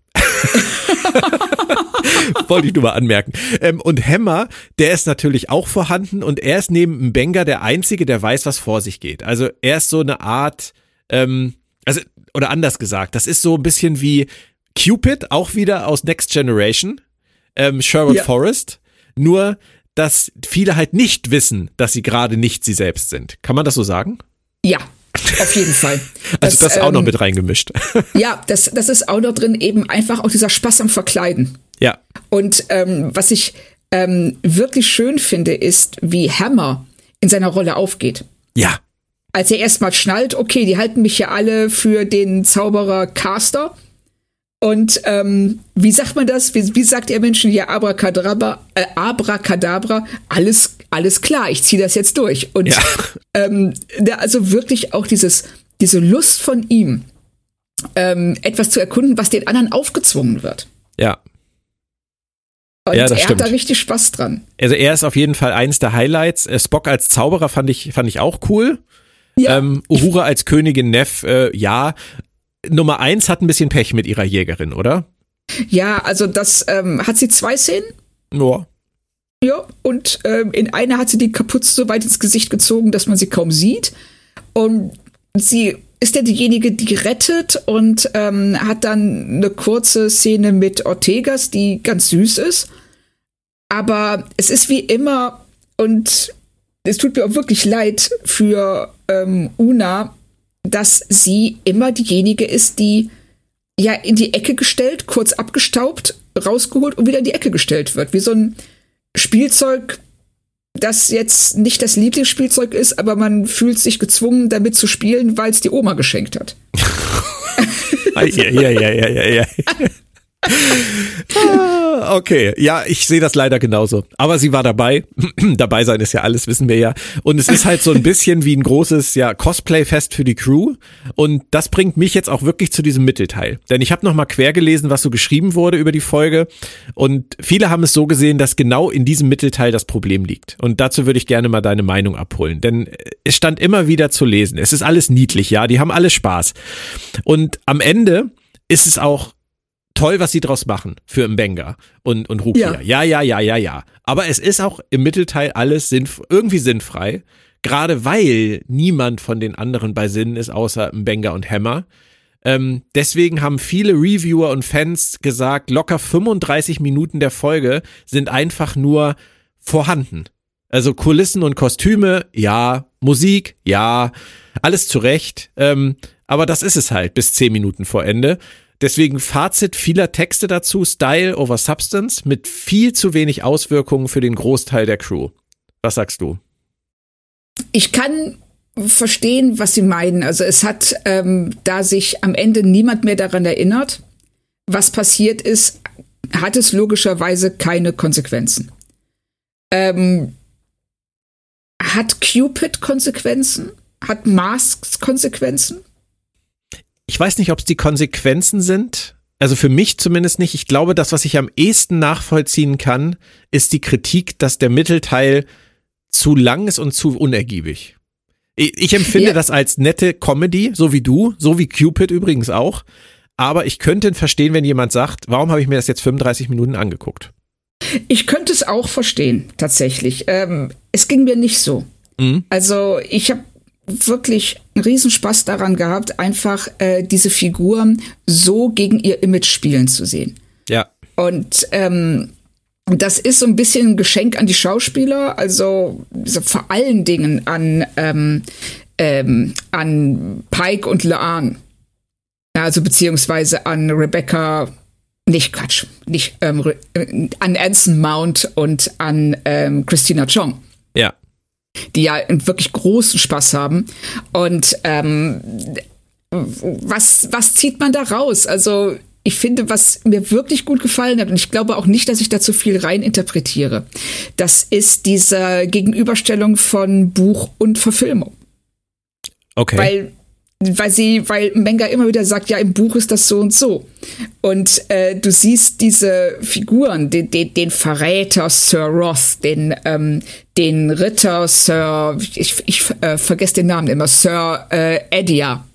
Wollte ich nur mal anmerken. Und Hämmer, der ist natürlich auch vorhanden und er ist neben Mbenga der Einzige, der weiß, was vor sich geht. Also er ist so eine Art, oder anders gesagt, das ist so ein bisschen wie Cupid, auch wieder aus Next Generation, Sherwood Forest, nur dass viele halt nicht wissen, dass sie gerade nicht sie selbst sind. Kann man das so sagen? Ja. Auf jeden Fall. Also das auch noch mit reingemischt. Ja, das ist auch noch drin, eben einfach auch dieser Spaß am Verkleiden. Ja. Und was ich wirklich schön finde, ist, wie Hammer in seiner Rolle aufgeht. Ja. Als er erstmal schnallt, okay, die halten mich ja alle für den Zauberer Caster. Und wie sagt man das? Wie sagt ihr Menschen? Ja, Abracadabra, alles klar, ich ziehe das jetzt durch. Und also wirklich auch diese Lust von ihm, etwas zu erkunden, was den anderen aufgezwungen wird. Ja. Und ja, das er stimmt. hat da richtig Spaß dran. Also er ist auf jeden Fall eins der Highlights. Spock als Zauberer fand ich auch cool. Ja. Uhura als Königin Neff, ja. Nummer 1 hat ein bisschen Pech mit ihrer Jägerin, oder? Ja, also das hat sie 2 Szenen. Ja. Ja, und in einer hat sie die Kapuze so weit ins Gesicht gezogen, dass man sie kaum sieht. Und sie ist ja diejenige, die rettet und hat dann eine kurze Szene mit Ortegas, die ganz süß ist. Aber es ist wie immer, und es tut mir auch wirklich leid für Una, dass sie immer diejenige ist, die ja in die Ecke gestellt, kurz abgestaubt, rausgeholt und wieder in die Ecke gestellt wird. Wie so ein Spielzeug, das jetzt nicht das Lieblingsspielzeug ist, aber man fühlt sich gezwungen, damit zu spielen, weil es die Oma geschenkt hat. Ja. Okay, ja, ich sehe das leider genauso. Aber sie war dabei. Dabei sein ist ja alles, wissen wir ja. Und es ist halt so ein bisschen wie ein großes Cosplay-Fest für die Crew. Und das bringt mich jetzt auch wirklich zu diesem Mittelteil. Denn ich habe nochmal quer gelesen, was so geschrieben wurde über die Folge. Und viele haben es so gesehen, dass genau in diesem Mittelteil das Problem liegt. Und dazu würde ich gerne mal deine Meinung abholen. Denn es stand immer wieder zu lesen. Es ist alles niedlich, ja. Die haben alle Spaß. Und am Ende ist es auch toll, was sie draus machen für Mbenga und Rukia. Ja. Aber es ist auch im Mittelteil alles irgendwie sinnfrei, gerade weil niemand von den anderen bei Sinn ist, außer Mbenga und Hammer. Deswegen haben viele Reviewer und Fans gesagt, locker 35 Minuten der Folge sind einfach nur vorhanden. Also Kulissen und Kostüme, ja, Musik, ja, alles zurecht. Aber das ist es halt bis 10 Minuten vor Ende. Deswegen Fazit vieler Texte dazu, Style over Substance, mit viel zu wenig Auswirkungen für den Großteil der Crew. Was sagst du? Ich kann verstehen, was sie meinen. Also es hat, da sich am Ende niemand mehr daran erinnert, was passiert ist, hat es logischerweise keine Konsequenzen. Hat Cupid Konsequenzen? Hat Masks Konsequenzen? Ich weiß nicht, ob es die Konsequenzen sind. Also für mich zumindest nicht. Ich glaube, das, was ich am ehesten nachvollziehen kann, ist die Kritik, dass der Mittelteil zu lang ist und zu unergiebig. Ich empfinde das als nette Comedy, so wie du, so wie Cupid übrigens auch. Aber ich könnte verstehen, wenn jemand sagt, warum habe ich mir das jetzt 35 Minuten angeguckt? Ich könnte es auch verstehen, tatsächlich. Es ging mir nicht so. Mhm. Also ich habe wirklich einen Riesenspaß daran gehabt, einfach diese Figuren so gegen ihr Image spielen zu sehen. Ja. Und das ist so ein bisschen ein Geschenk an die Schauspieler, also vor allen Dingen an Pike und La'an. Also beziehungsweise an Rebecca, an Anson Mount und an Christina Chong. Ja. Die ja einen wirklich großen Spaß haben. Und was zieht man da raus? Also ich finde, was mir wirklich gut gefallen hat, und ich glaube auch nicht, dass ich da zu viel rein interpretiere, das ist diese Gegenüberstellung von Buch und Verfilmung. Okay. Weil Mbenga immer wieder sagt, ja, im Buch ist das so und so. Und du siehst diese Figuren, den Verräter Sir Roth, den Ritter Sir, ich vergesse den Namen immer, Sir Adia.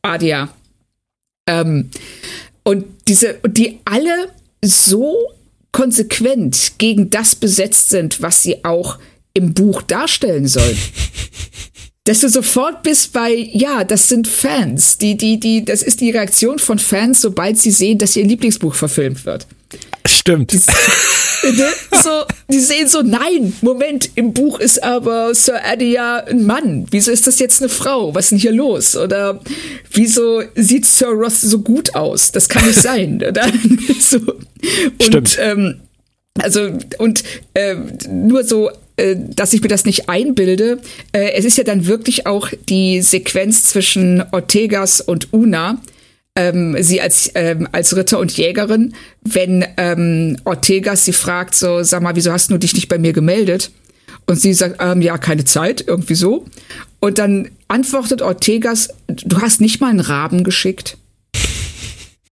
Und die alle so konsequent gegen das besetzt sind, was sie auch im Buch darstellen sollen. Dass du sofort bist bei, ja, das sind Fans. Das ist die Reaktion von Fans, sobald sie sehen, dass ihr Lieblingsbuch verfilmt wird. Stimmt. Die sehen so, nein, Moment, im Buch ist aber Sir Adia ein Mann. Wieso ist das jetzt eine Frau? Was ist denn hier los? Oder wieso sieht Sir Roth so gut aus? Das kann nicht sein. Oder? So. Und, Stimmt. Nur so, dass ich mir das nicht einbilde. Es ist ja dann wirklich auch die Sequenz zwischen Ortegas und Una, sie als Ritter und Jägerin, wenn Ortegas sie fragt, so, sag mal, wieso hast du dich nicht bei mir gemeldet? Und sie sagt, ja, keine Zeit, irgendwie so. Und dann antwortet Ortegas, du hast nicht mal einen Raben geschickt.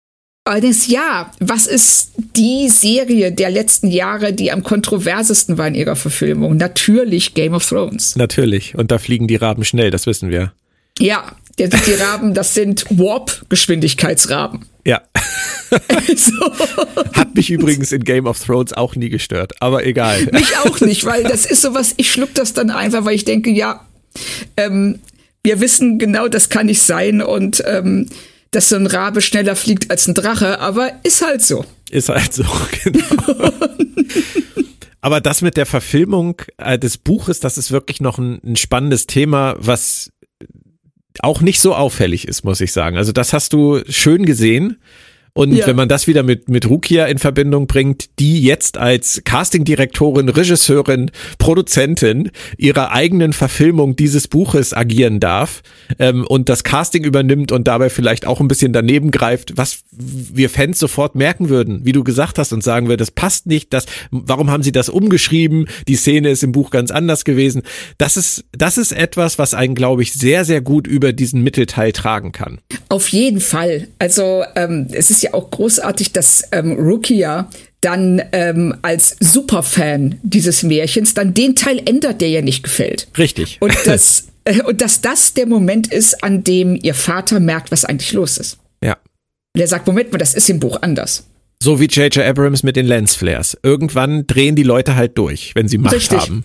Allerdings ja, was ist die Serie der letzten Jahre, die am kontroversesten war in ihrer Verfilmung? Natürlich Game of Thrones. Natürlich, und da fliegen die Raben schnell, das wissen wir. Ja, die Raben, das sind Warp-Geschwindigkeitsraben. Ja. Also. Hat mich übrigens in Game of Thrones auch nie gestört, aber egal. Mich auch nicht, weil das ist sowas, ich schluck das dann einfach, weil ich denke, ja, wir wissen genau, das kann nicht sein und dass so ein Rabe schneller fliegt als ein Drache, aber ist halt so. Ist halt so, genau. Aber das mit der Verfilmung des Buches, das ist wirklich noch ein spannendes Thema, was auch nicht so auffällig ist, muss ich sagen. Also das hast du schön gesehen. Und wenn man das wieder mit Rukia in Verbindung bringt, die jetzt als Castingdirektorin, Regisseurin, Produzentin ihrer eigenen Verfilmung dieses Buches agieren darf und das Casting übernimmt und dabei vielleicht auch ein bisschen daneben greift, was wir Fans sofort merken würden, wie du gesagt hast, und sagen würden, das passt nicht, warum haben sie das umgeschrieben, die Szene ist im Buch ganz anders gewesen. Das ist etwas, was einen, glaube ich, sehr, sehr gut über diesen Mittelteil tragen kann. Auf jeden Fall. Also es ist ja auch großartig, dass Rukia dann als Superfan dieses Märchens dann den Teil ändert, der ihr nicht gefällt. Richtig. Und dass das der Moment ist, an dem ihr Vater merkt, was eigentlich los ist. Ja. Und er sagt, Moment mal, das ist im Buch anders. So wie J.J. Abrams mit den Lensflares. Irgendwann drehen die Leute halt durch, wenn sie Macht Richtig. haben.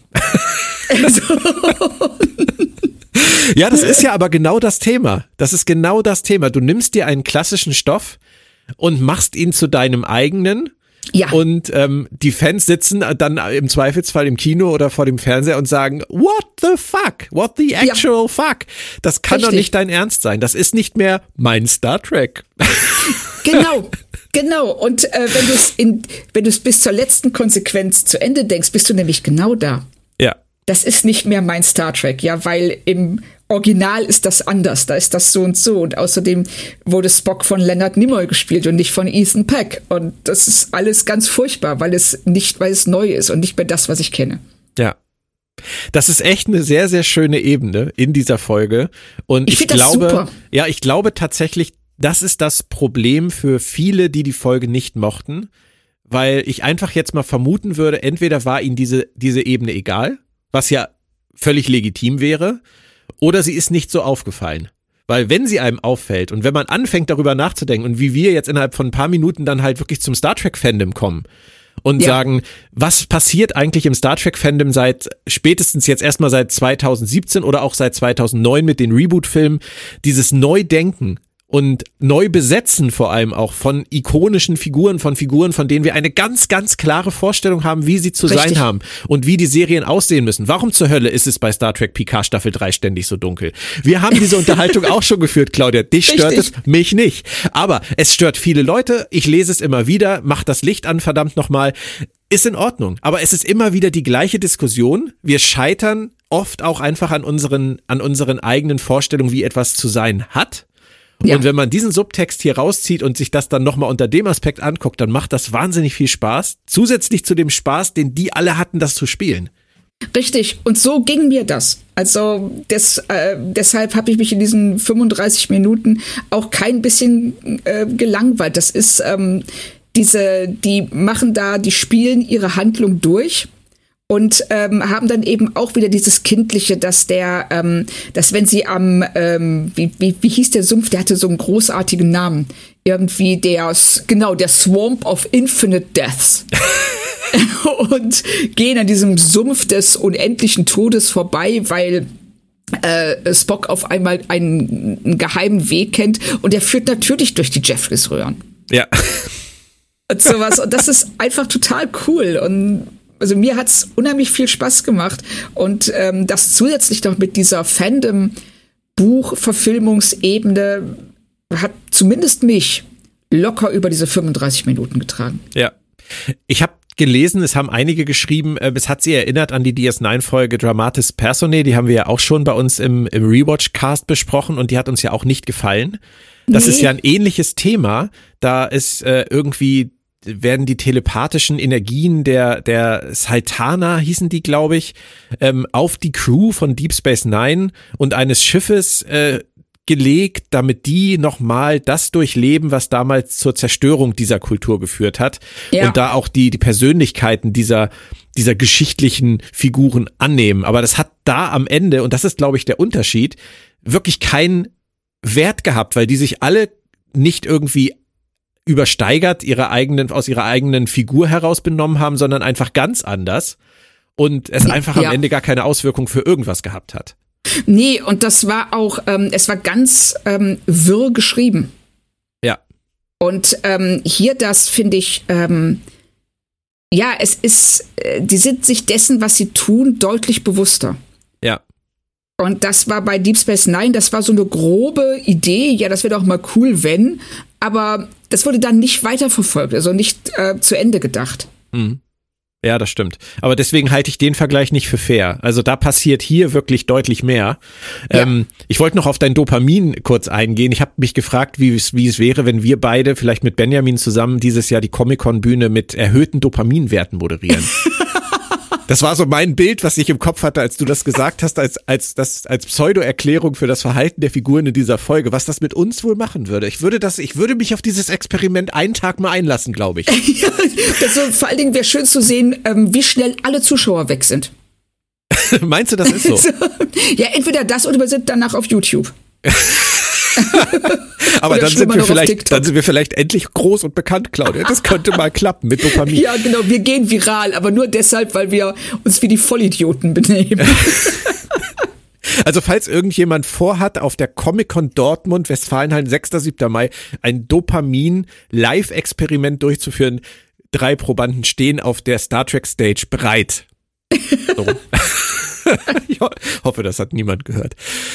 Ja, das ist ja aber genau das Thema. Das ist genau das Thema. Du nimmst dir einen klassischen Stoff und machst ihn zu deinem eigenen. Ja. Und die Fans sitzen dann im Zweifelsfall im Kino oder vor dem Fernseher und sagen, what the fuck? What the actual fuck? Das kann doch nicht dein Ernst sein. Das ist nicht mehr mein Star Trek. Genau. Und wenn du es bis zur letzten Konsequenz zu Ende denkst, bist du nämlich genau da. Ja. Das ist nicht mehr mein Star Trek, ja, weil im Original ist das anders, da ist das so und so. Und außerdem wurde Spock von Leonard Nimoy gespielt und nicht von Ethan Peck. Und das ist alles ganz furchtbar, weil es neu ist und nicht mehr das, was ich kenne. Ja. Das ist echt eine sehr, sehr schöne Ebene in dieser Folge. Und ich glaube, super. Ja, ich glaube tatsächlich, das ist das Problem für viele, die Folge nicht mochten, weil ich einfach jetzt mal vermuten würde, entweder war ihnen diese Ebene egal, was ja völlig legitim wäre, oder sie ist nicht so aufgefallen. Weil wenn sie einem auffällt und wenn man anfängt darüber nachzudenken und wie wir jetzt innerhalb von ein paar Minuten dann halt wirklich zum Star Trek Fandom kommen und sagen, was passiert eigentlich im Star Trek Fandom spätestens jetzt erstmal seit 2017 oder auch seit 2009 mit den Reboot-Filmen, dieses Neudenken und Neubesetzen vor allem auch von ikonischen Figuren, von denen wir eine ganz, ganz klare Vorstellung haben, wie sie zu sein haben und wie die Serien aussehen müssen. Warum zur Hölle ist es bei Star Trek Picard Staffel 3 ständig so dunkel? Wir haben diese Unterhaltung auch schon geführt, Claudia. Dich stört es, mich nicht. Aber es stört viele Leute. Ich lese es immer wieder. Mach das Licht an, verdammt nochmal. Ist in Ordnung. Aber es ist immer wieder die gleiche Diskussion. Wir scheitern oft auch einfach an unseren eigenen Vorstellungen, wie etwas zu sein hat. Ja. Und wenn man diesen Subtext hier rauszieht und sich das dann nochmal unter dem Aspekt anguckt, dann macht das wahnsinnig viel Spaß. Zusätzlich zu dem Spaß, den die alle hatten, das zu spielen. Richtig. Und so ging mir das. Also deshalb habe ich mich in diesen 35 Minuten auch kein bisschen gelangweilt. Das ist die spielen ihre Handlung durch. Und haben dann eben auch wieder dieses Kindliche, dass wenn sie wie hieß der Sumpf, der hatte so einen großartigen Namen, irgendwie der Swamp of Infinite Deaths. Und gehen an diesem Sumpf des unendlichen Todes vorbei, weil Spock auf einmal einen geheimen Weg kennt und der führt natürlich durch die Jeffries-Röhren. Ja. Und sowas. Und das ist einfach total cool. Und also mir hat's unheimlich viel Spaß gemacht und das zusätzlich noch mit dieser Fandom-Buch-Verfilmungsebene hat zumindest mich locker über diese 35 Minuten getragen. Ja, ich habe gelesen, es haben einige geschrieben, es hat sie erinnert an die DS9-Folge Dramatis Personae, die haben wir ja auch schon bei uns im Rewatch-Cast besprochen und die hat uns ja auch nicht gefallen. Das ist ja ein ähnliches Thema, da ist werden die telepathischen Energien der Saltana, hießen die, glaube ich, auf die Crew von Deep Space Nine und eines Schiffes gelegt, damit die nochmal das durchleben, was damals zur Zerstörung dieser Kultur geführt hat. Ja. Und da auch die Persönlichkeiten dieser geschichtlichen Figuren annehmen. Aber das hat da am Ende, und das ist, glaube ich, der Unterschied, wirklich keinen Wert gehabt, weil die sich alle nicht irgendwie übersteigert aus ihrer eigenen Figur heraus benommen haben, sondern einfach ganz anders und es einfach am Ende gar keine Auswirkung für irgendwas gehabt hat. Nee, und das war auch, es war ganz wirr geschrieben. Ja. Und hier das finde ich, es ist, die sind sich dessen, was sie tun, deutlich bewusster. Ja. Und das war bei Deep Space Nine, das war so eine grobe Idee, ja, das wäre doch mal cool, wenn, aber das wurde dann nicht weiterverfolgt, also nicht zu Ende gedacht. Mhm. Ja, das stimmt. Aber deswegen halte ich den Vergleich nicht für fair. Also da passiert hier wirklich deutlich mehr. Ja. Ich wollte noch auf dein Dopamin kurz eingehen. Ich habe mich gefragt, wie es wäre, wenn wir beide vielleicht mit Benjamin zusammen dieses Jahr die Comic-Con-Bühne mit erhöhten Dopaminwerten moderieren. Das war so mein Bild, was ich im Kopf hatte, als du das gesagt hast, als Pseudo-Erklärung für das Verhalten der Figuren in dieser Folge, was das mit uns wohl machen würde. Ich würde mich auf dieses Experiment einen Tag mal einlassen, glaube ich. Ja, also vor allen Dingen wäre schön zu sehen, wie schnell alle Zuschauer weg sind. Meinst du, das ist so? Ja, entweder das oder wir sind danach auf YouTube. Aber dann sind wir vielleicht endlich groß und bekannt, Claudia. Das könnte mal klappen mit Dopamin. Ja, genau, wir gehen viral, aber nur deshalb, weil wir uns wie die Vollidioten benehmen. Also falls irgendjemand vorhat, auf der Comic-Con Dortmund, Westfalenhallen, 6. 7. Mai, ein Dopamin-Live-Experiment durchzuführen, 3 Probanden stehen auf der Star Trek Stage bereit. So. Ich hoffe, das hat niemand gehört.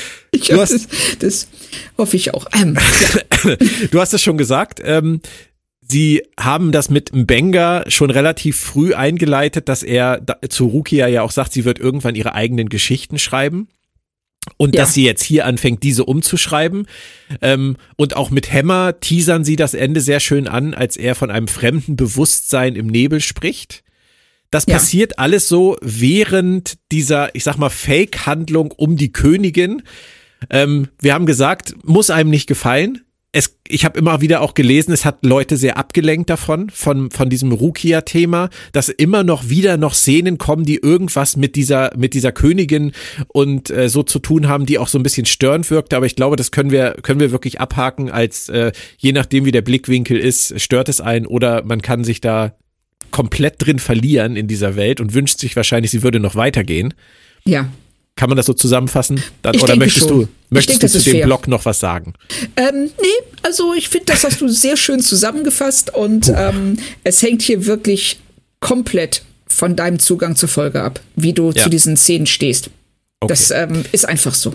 Das hoffe ich auch. Du hast es schon gesagt, sie haben das mit Mbenga schon relativ früh eingeleitet, dass er zu Rukia ja auch sagt, sie wird irgendwann ihre eigenen Geschichten schreiben. Und dass sie jetzt hier anfängt, diese umzuschreiben. Und auch mit Hemmer teasern sie das Ende sehr schön an, als er von einem fremden Bewusstsein im Nebel spricht. Das passiert alles so während dieser, ich sag mal, Fake-Handlung um die Königin. Wir haben gesagt, muss einem nicht gefallen. Ich habe immer wieder auch gelesen, es hat Leute sehr abgelenkt davon, von diesem Rukia-Thema, dass immer noch wieder Szenen kommen, die irgendwas mit dieser Königin und so zu tun haben, die auch so ein bisschen störend wirkte. Aber ich glaube, das können wir wirklich abhaken, als je nachdem, wie der Blickwinkel ist, stört es einen oder man kann sich da komplett drin verlieren in dieser Welt und wünscht sich wahrscheinlich, sie würde noch weitergehen. Ja. Kann man das so zusammenfassen? Oder möchtest du zu dem Blog noch was sagen? Nee, also ich finde, das hast du sehr schön zusammengefasst und es hängt hier wirklich komplett von deinem Zugang zur Folge ab, wie du zu diesen Szenen stehst. Okay. Das ist einfach so.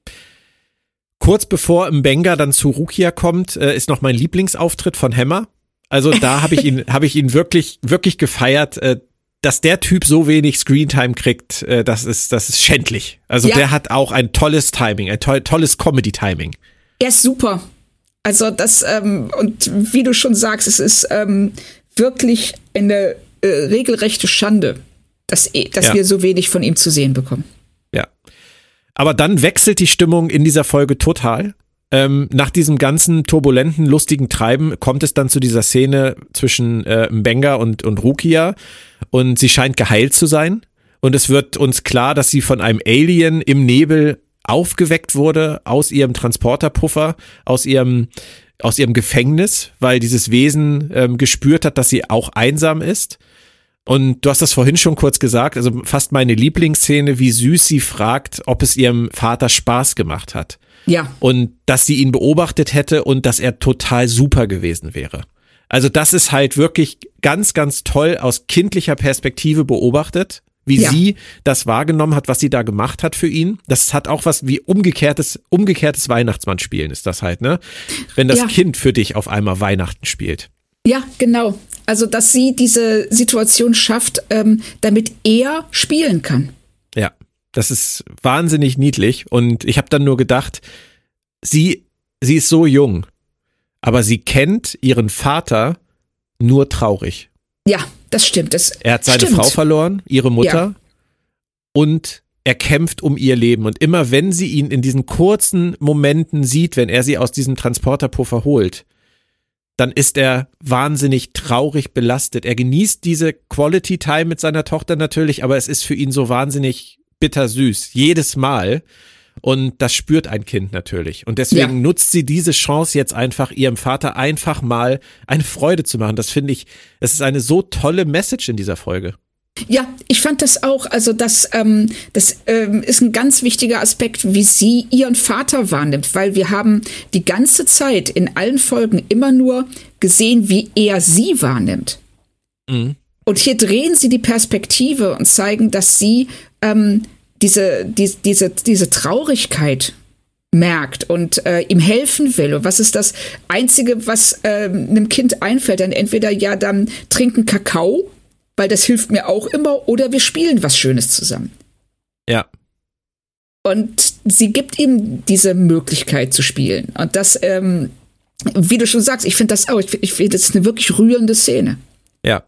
Kurz bevor Mbenga dann zu Rukia kommt, ist noch mein Lieblingsauftritt von Hemmer. Also da habe ich ihn wirklich, wirklich gefeiert, dass der Typ so wenig Screentime kriegt, das ist schändlich. Also der hat auch ein tolles Timing, ein tolles Comedy-Timing. Er ist super. Also das, und wie du schon sagst, es ist wirklich eine regelrechte Schande, dass wir so wenig von ihm zu sehen bekommen. Ja. Aber dann wechselt die Stimmung in dieser Folge total. Nach diesem ganzen turbulenten, lustigen Treiben kommt es dann zu dieser Szene zwischen Mbenga und Rukia und sie scheint geheilt zu sein und es wird uns klar, dass sie von einem Alien im Nebel aufgeweckt wurde aus ihrem Transporterpuffer, aus ihrem Gefängnis, weil dieses Wesen gespürt hat, dass sie auch einsam ist. Und du hast das vorhin schon kurz gesagt, also fast meine Lieblingsszene, wie süß sie fragt, ob es ihrem Vater Spaß gemacht hat. Ja. Und dass sie ihn beobachtet hätte und dass er total super gewesen wäre. Also das ist halt wirklich ganz, ganz toll aus kindlicher Perspektive beobachtet, wie sie das wahrgenommen hat, was sie da gemacht hat für ihn. Das hat auch was wie umgekehrtes Weihnachtsmannspielen ist das halt, ne? Wenn das Kind für dich auf einmal Weihnachten spielt. Ja, genau. Also dass sie diese Situation schafft, damit er spielen kann. Ja. Das ist wahnsinnig niedlich und ich habe dann nur gedacht, sie ist so jung, aber sie kennt ihren Vater nur traurig. Ja, das stimmt. Er hat seine Frau verloren, ihre Mutter und er kämpft um ihr Leben und immer wenn sie ihn in diesen kurzen Momenten sieht, wenn er sie aus diesem Transporterpuffer holt, dann ist er wahnsinnig traurig belastet. Er genießt diese Quality Time mit seiner Tochter natürlich, aber es ist für ihn so wahnsinnig bittersüß, jedes Mal. Und das spürt ein Kind natürlich. Und deswegen nutzt sie diese Chance jetzt einfach, ihrem Vater einfach mal eine Freude zu machen. Das finde ich, es ist eine so tolle Message in dieser Folge. Ja, ich fand das auch, also das ist ein ganz wichtiger Aspekt, wie sie ihren Vater wahrnimmt, weil wir haben die ganze Zeit in allen Folgen immer nur gesehen, wie er sie wahrnimmt. Mhm. Und hier drehen sie die Perspektive und zeigen, dass sie diese Traurigkeit merkt und ihm helfen will. Und was ist das Einzige, was einem Kind einfällt? Dann entweder dann trinken Kakao, weil das hilft mir auch immer, oder wir spielen was Schönes zusammen. Ja. Und sie gibt ihm diese Möglichkeit zu spielen. Und das, wie du schon sagst, ich finde das auch, ich finde das ist eine wirklich rührende Szene. Ja.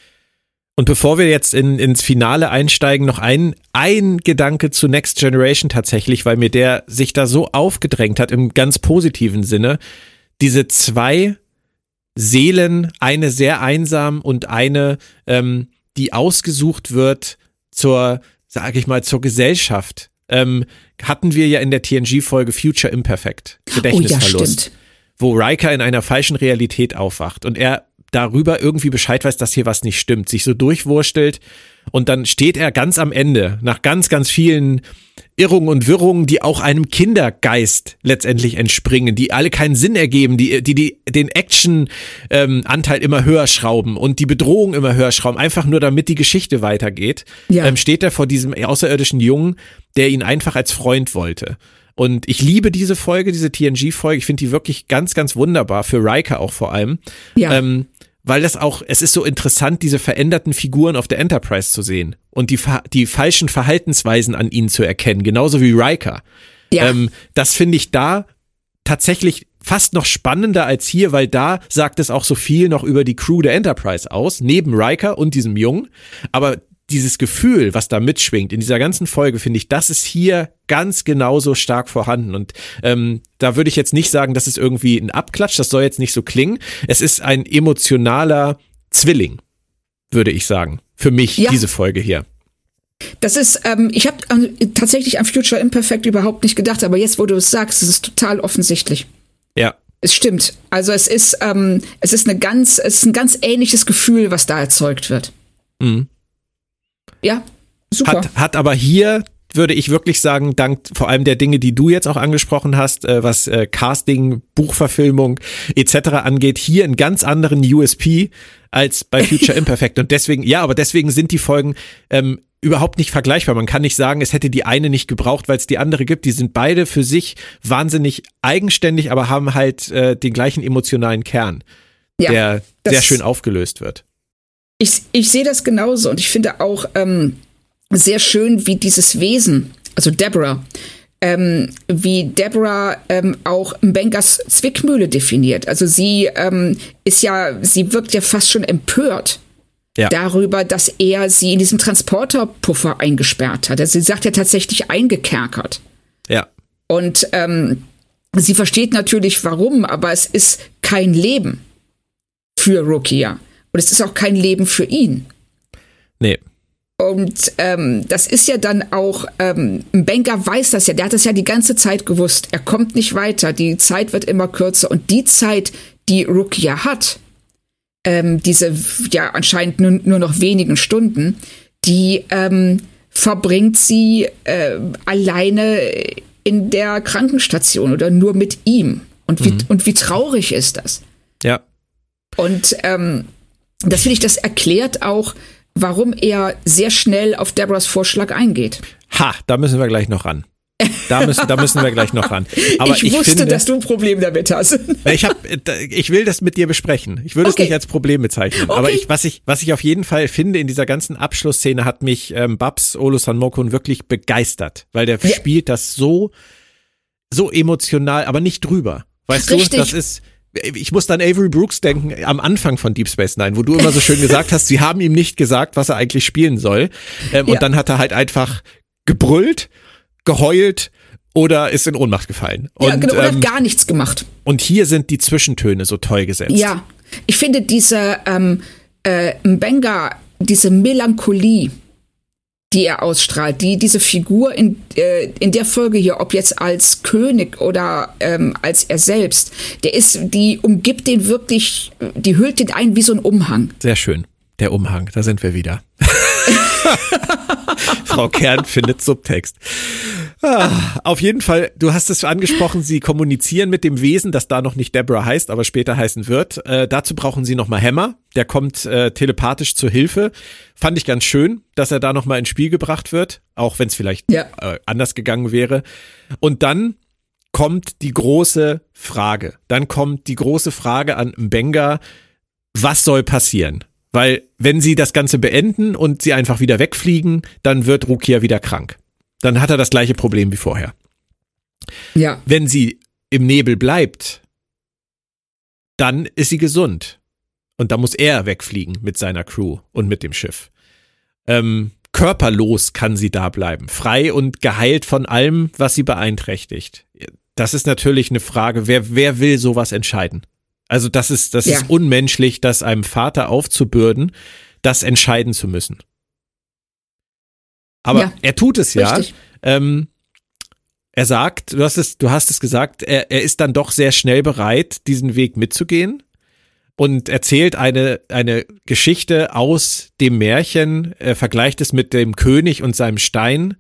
Und bevor wir jetzt ins Finale einsteigen, noch ein Gedanke zu Next Generation tatsächlich, weil mir der sich da so aufgedrängt hat im ganz positiven Sinne. Diese zwei Seelen, eine sehr einsam und eine, die ausgesucht wird zur Gesellschaft, hatten wir ja in der TNG-Folge Future Imperfect, Gedächtnisverlust, wo Riker in einer falschen Realität aufwacht und er darüber irgendwie Bescheid weiß, dass hier was nicht stimmt, sich so durchwurstelt und dann steht er ganz am Ende, nach ganz, ganz vielen Irrungen und Wirrungen, die auch einem Kindergeist letztendlich entspringen, die alle keinen Sinn ergeben, die den Action-Anteil immer höher schrauben und die Bedrohung immer höher schrauben, einfach nur damit die Geschichte weitergeht, steht er vor diesem außerirdischen Jungen, der ihn einfach als Freund wollte. Und ich liebe diese Folge, diese TNG-Folge, ich finde die wirklich ganz, ganz wunderbar, für Riker auch vor allem. Ja. Weil es ist so interessant, diese veränderten Figuren auf der Enterprise zu sehen und die falschen Verhaltensweisen an ihnen zu erkennen, genauso wie Riker. Ja. Das finde ich da tatsächlich fast noch spannender als hier, weil da sagt es auch so viel noch über die Crew der Enterprise aus, neben Riker und diesem Jungen, aber dieses Gefühl, was da mitschwingt in dieser ganzen Folge, finde ich, das ist hier ganz genauso stark vorhanden. Und da würde ich jetzt nicht sagen, das ist irgendwie ein Abklatsch, das soll jetzt nicht so klingen. Es ist ein emotionaler Zwilling, würde ich sagen, für mich, diese Folge hier. Das ist, ich habe tatsächlich an Future Imperfect überhaupt nicht gedacht, aber jetzt, wo du es sagst, ist es total offensichtlich. Ja. Es stimmt. Also es ist ein ganz ähnliches Gefühl, was da erzeugt wird. Mhm. Ja, super. Hat aber hier, würde ich wirklich sagen, dank vor allem der Dinge, die du jetzt auch angesprochen hast, was Casting, Buchverfilmung etc. angeht, hier einen ganz anderen USP als bei Future Imperfect. Und deswegen sind die Folgen überhaupt nicht vergleichbar. Man kann nicht sagen, es hätte die eine nicht gebraucht, weil es die andere gibt. Die sind beide für sich wahnsinnig eigenständig, aber haben halt den gleichen emotionalen Kern, der sehr schön aufgelöst wird. Ich sehe das genauso und ich finde auch sehr schön, wie dieses Wesen, also Deborah, auch M'Bengas Zwickmühle definiert. Also sie wirkt ja fast schon empört darüber, dass er sie in diesem Transporterpuffer eingesperrt hat. Also sie sagt ja tatsächlich eingekerkert. Ja. Und sie versteht natürlich warum, aber es ist kein Leben für Rukia. Und es ist auch kein Leben für ihn. Nee. Und das ist ja dann auch, M'Benga weiß das ja, der hat das ja die ganze Zeit gewusst. Er kommt nicht weiter, die Zeit wird immer kürzer. Und die Zeit, die Rukia hat, diese anscheinend nur noch wenigen Stunden, die verbringt sie alleine in der Krankenstation oder nur mit ihm. Und wie traurig ist das? Ja. Und das finde ich, das erklärt auch, warum er sehr schnell auf Deborahs Vorschlag eingeht. Da müssen wir gleich noch ran. Da müssen wir gleich noch ran. Aber ich wusste, dass du ein Problem damit hast. Ich will das mit dir besprechen. Ich würde es nicht als Problem bezeichnen. Okay. Aber was ich auf jeden Fall finde, in dieser ganzen Abschlussszene hat mich Babs Olusanmokun wirklich begeistert. Weil der spielt das so emotional, aber nicht drüber. Weißt du, das ist... Ich muss an Avery Brooks denken, am Anfang von Deep Space Nine, wo du immer so schön gesagt hast, sie haben ihm nicht gesagt, was er eigentlich spielen soll. Und dann hat er halt einfach gebrüllt, geheult oder ist in Ohnmacht gefallen. Ja, genau, oder hat gar nichts gemacht. Und hier sind die Zwischentöne so toll gesetzt. Ja, ich finde diese Mbenga, diese Melancholie, die er ausstrahlt, diese Figur in der Folge hier, ob jetzt als König oder als er selbst, die umgibt den wirklich, die hüllt den ein wie so ein Umhang. Sehr schön, der Umhang, da sind wir wieder. Frau Kern findet Subtext. Auf jeden Fall, du hast es angesprochen, sie kommunizieren mit dem Wesen, das da noch nicht Deborah heißt, aber später heißen wird. Dazu brauchen sie nochmal Hammer, der kommt telepathisch zur Hilfe. Fand ich ganz schön, dass er da nochmal ins Spiel gebracht wird, auch wenn es vielleicht anders gegangen wäre. Und dann kommt die große Frage. Dann kommt die große Frage an Mbenga, was soll passieren? Weil wenn sie das Ganze beenden und sie einfach wieder wegfliegen, dann wird Rukia wieder krank. Dann hat er das gleiche Problem wie vorher. Ja. Wenn sie im Nebel bleibt, dann ist sie gesund. Und da muss er wegfliegen mit seiner Crew und mit dem Schiff. Körperlos kann sie da bleiben. Frei und geheilt von allem, was sie beeinträchtigt. Das ist natürlich eine Frage, wer will sowas entscheiden? Also das ist unmenschlich, das einem Vater aufzubürden, das entscheiden zu müssen. Aber er tut es ja. Er sagt, du hast es gesagt, er ist dann doch sehr schnell bereit, diesen Weg mitzugehen und erzählt eine Geschichte aus dem Märchen, er vergleicht es mit dem König und seinem Stein.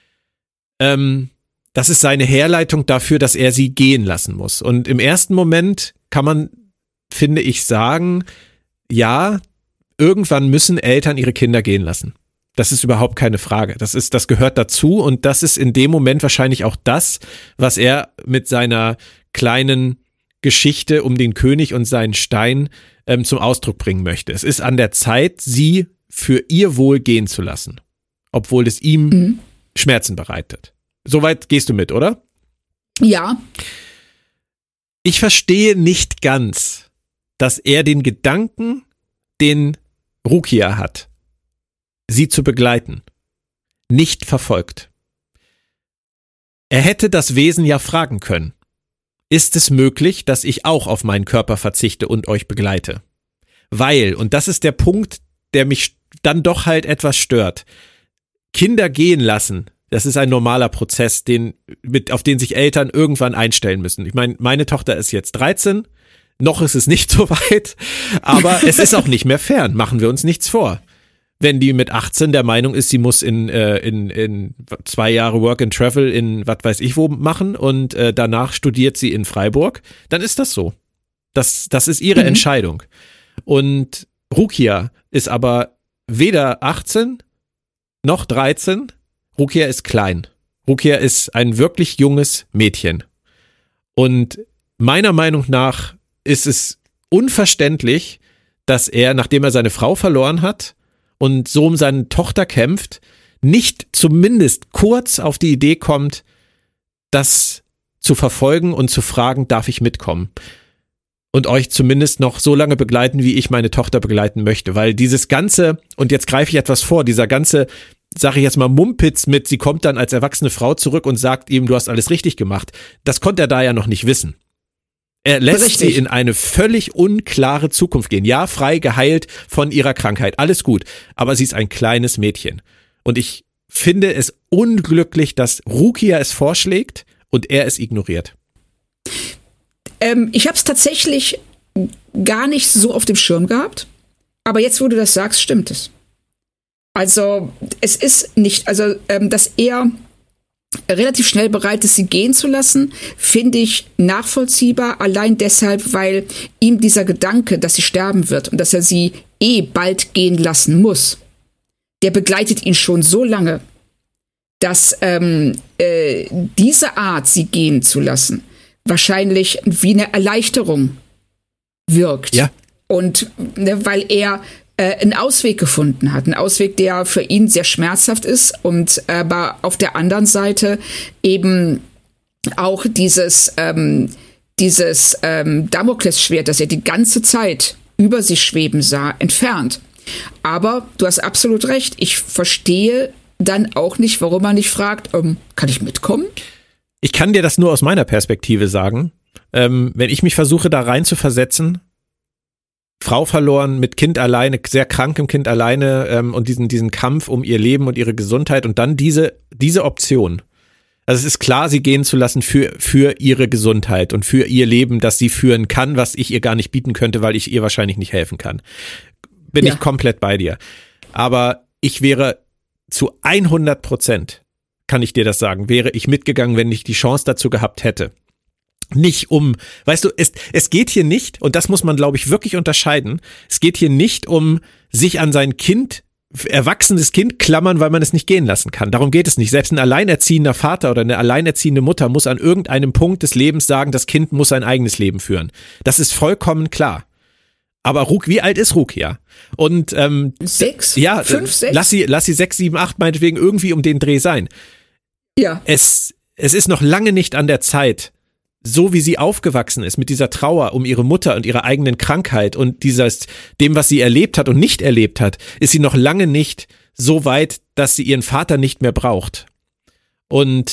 Das ist seine Herleitung dafür, dass er sie gehen lassen muss. Und im ersten Moment kann man, finde ich, sagen, ja, irgendwann müssen Eltern ihre Kinder gehen lassen. Das ist überhaupt keine Frage. Das gehört dazu und das ist in dem Moment wahrscheinlich auch das, was er mit seiner kleinen Geschichte um den König und seinen Stein zum Ausdruck bringen möchte. Es ist an der Zeit, sie für ihr Wohl gehen zu lassen, obwohl es ihm Schmerzen bereitet. Soweit gehst du mit, oder? Ja. Ich verstehe nicht ganz, dass er den Gedanken, den Rukia hat, sie zu begleiten, nicht verfolgt. Er hätte das Wesen ja fragen können. Ist es möglich, dass ich auch auf meinen Körper verzichte und euch begleite? Weil, und das ist der Punkt, der mich dann doch halt etwas stört, Kinder gehen lassen, das ist ein normaler Prozess, auf den sich Eltern irgendwann einstellen müssen. Ich meine, meine Tochter ist jetzt 13, noch ist es nicht so weit, aber es ist auch nicht mehr fern, machen wir uns nichts vor. Wenn die mit 18 der Meinung ist, sie muss in 2 Jahre Work and Travel in was weiß ich wo machen und danach studiert sie in Freiburg, dann ist das so. Das ist ihre Entscheidung. Und Rukia ist aber weder 18 noch 13. Rukia ist klein. Rukia ist ein wirklich junges Mädchen. Und meiner Meinung nach ist es unverständlich, dass er, nachdem er seine Frau verloren hat und so um seine Tochter kämpft, nicht zumindest kurz auf die Idee kommt, das zu verfolgen und zu fragen, darf ich mitkommen? Und euch zumindest noch so lange begleiten, wie ich meine Tochter begleiten möchte. Weil dieses ganze, und jetzt greife ich etwas vor, dieser ganze, sage ich jetzt mal, Mumpitz mit, sie kommt dann als erwachsene Frau zurück und sagt ihm, du hast alles richtig gemacht. Das konnte er da ja noch nicht wissen. Er lässt sie in eine völlig unklare Zukunft gehen. Ja, frei, geheilt von ihrer Krankheit, alles gut. Aber sie ist ein kleines Mädchen. Und ich finde es unglücklich, dass Rukia es vorschlägt und er es ignoriert. Ich habe es tatsächlich gar nicht so auf dem Schirm gehabt. Aber jetzt, wo du das sagst, stimmt es. Also, es ist nicht, dass er relativ schnell bereit ist, sie gehen zu lassen, finde ich nachvollziehbar, allein deshalb, weil ihm dieser Gedanke, dass sie sterben wird und dass er sie bald gehen lassen muss, der begleitet ihn schon so lange, dass diese Art, sie gehen zu lassen, wahrscheinlich wie eine Erleichterung wirkt. Ja. Und weil er einen Ausweg gefunden hat. Einen Ausweg, der für ihn sehr schmerzhaft ist und aber auf der anderen Seite eben auch dieses Damoklesschwert, das er die ganze Zeit über sich schweben sah, entfernt. Aber du hast absolut recht. Ich verstehe dann auch nicht, warum er nicht fragt, kann ich mitkommen? Ich kann dir das nur aus meiner Perspektive sagen. Wenn ich mich versuche, da rein zu versetzen, Frau verloren, mit Kind alleine, sehr krankem Kind alleine und diesen Kampf um ihr Leben und ihre Gesundheit und dann diese Option. Also es ist klar, sie gehen zu lassen für ihre Gesundheit und für ihr Leben, das sie führen kann, was ich ihr gar nicht bieten könnte, weil ich ihr wahrscheinlich nicht helfen kann. Bin ich komplett bei dir. Aber ich wäre zu 100%, kann ich dir das sagen, wäre ich mitgegangen, wenn ich die Chance dazu gehabt hätte. Nicht weißt du, es geht hier nicht, und das muss man, glaube ich, wirklich unterscheiden, es geht hier nicht um sich an sein erwachsenes Kind klammern, weil man es nicht gehen lassen kann. Darum geht es nicht. Selbst ein alleinerziehender Vater oder eine alleinerziehende Mutter muss an irgendeinem Punkt des Lebens sagen, das Kind muss sein eigenes Leben führen. Das ist vollkommen klar. Aber wie alt ist Rukia? Und 6? Ja, 5, 6? Lass sie 6, 7, 8 meinetwegen irgendwie um den Dreh sein. Ja. Es ist noch lange nicht an der Zeit, so wie sie aufgewachsen ist, mit dieser Trauer um ihre Mutter und ihre eigenen Krankheit und dem, was sie erlebt hat und nicht erlebt hat, ist sie noch lange nicht so weit, dass sie ihren Vater nicht mehr braucht. Und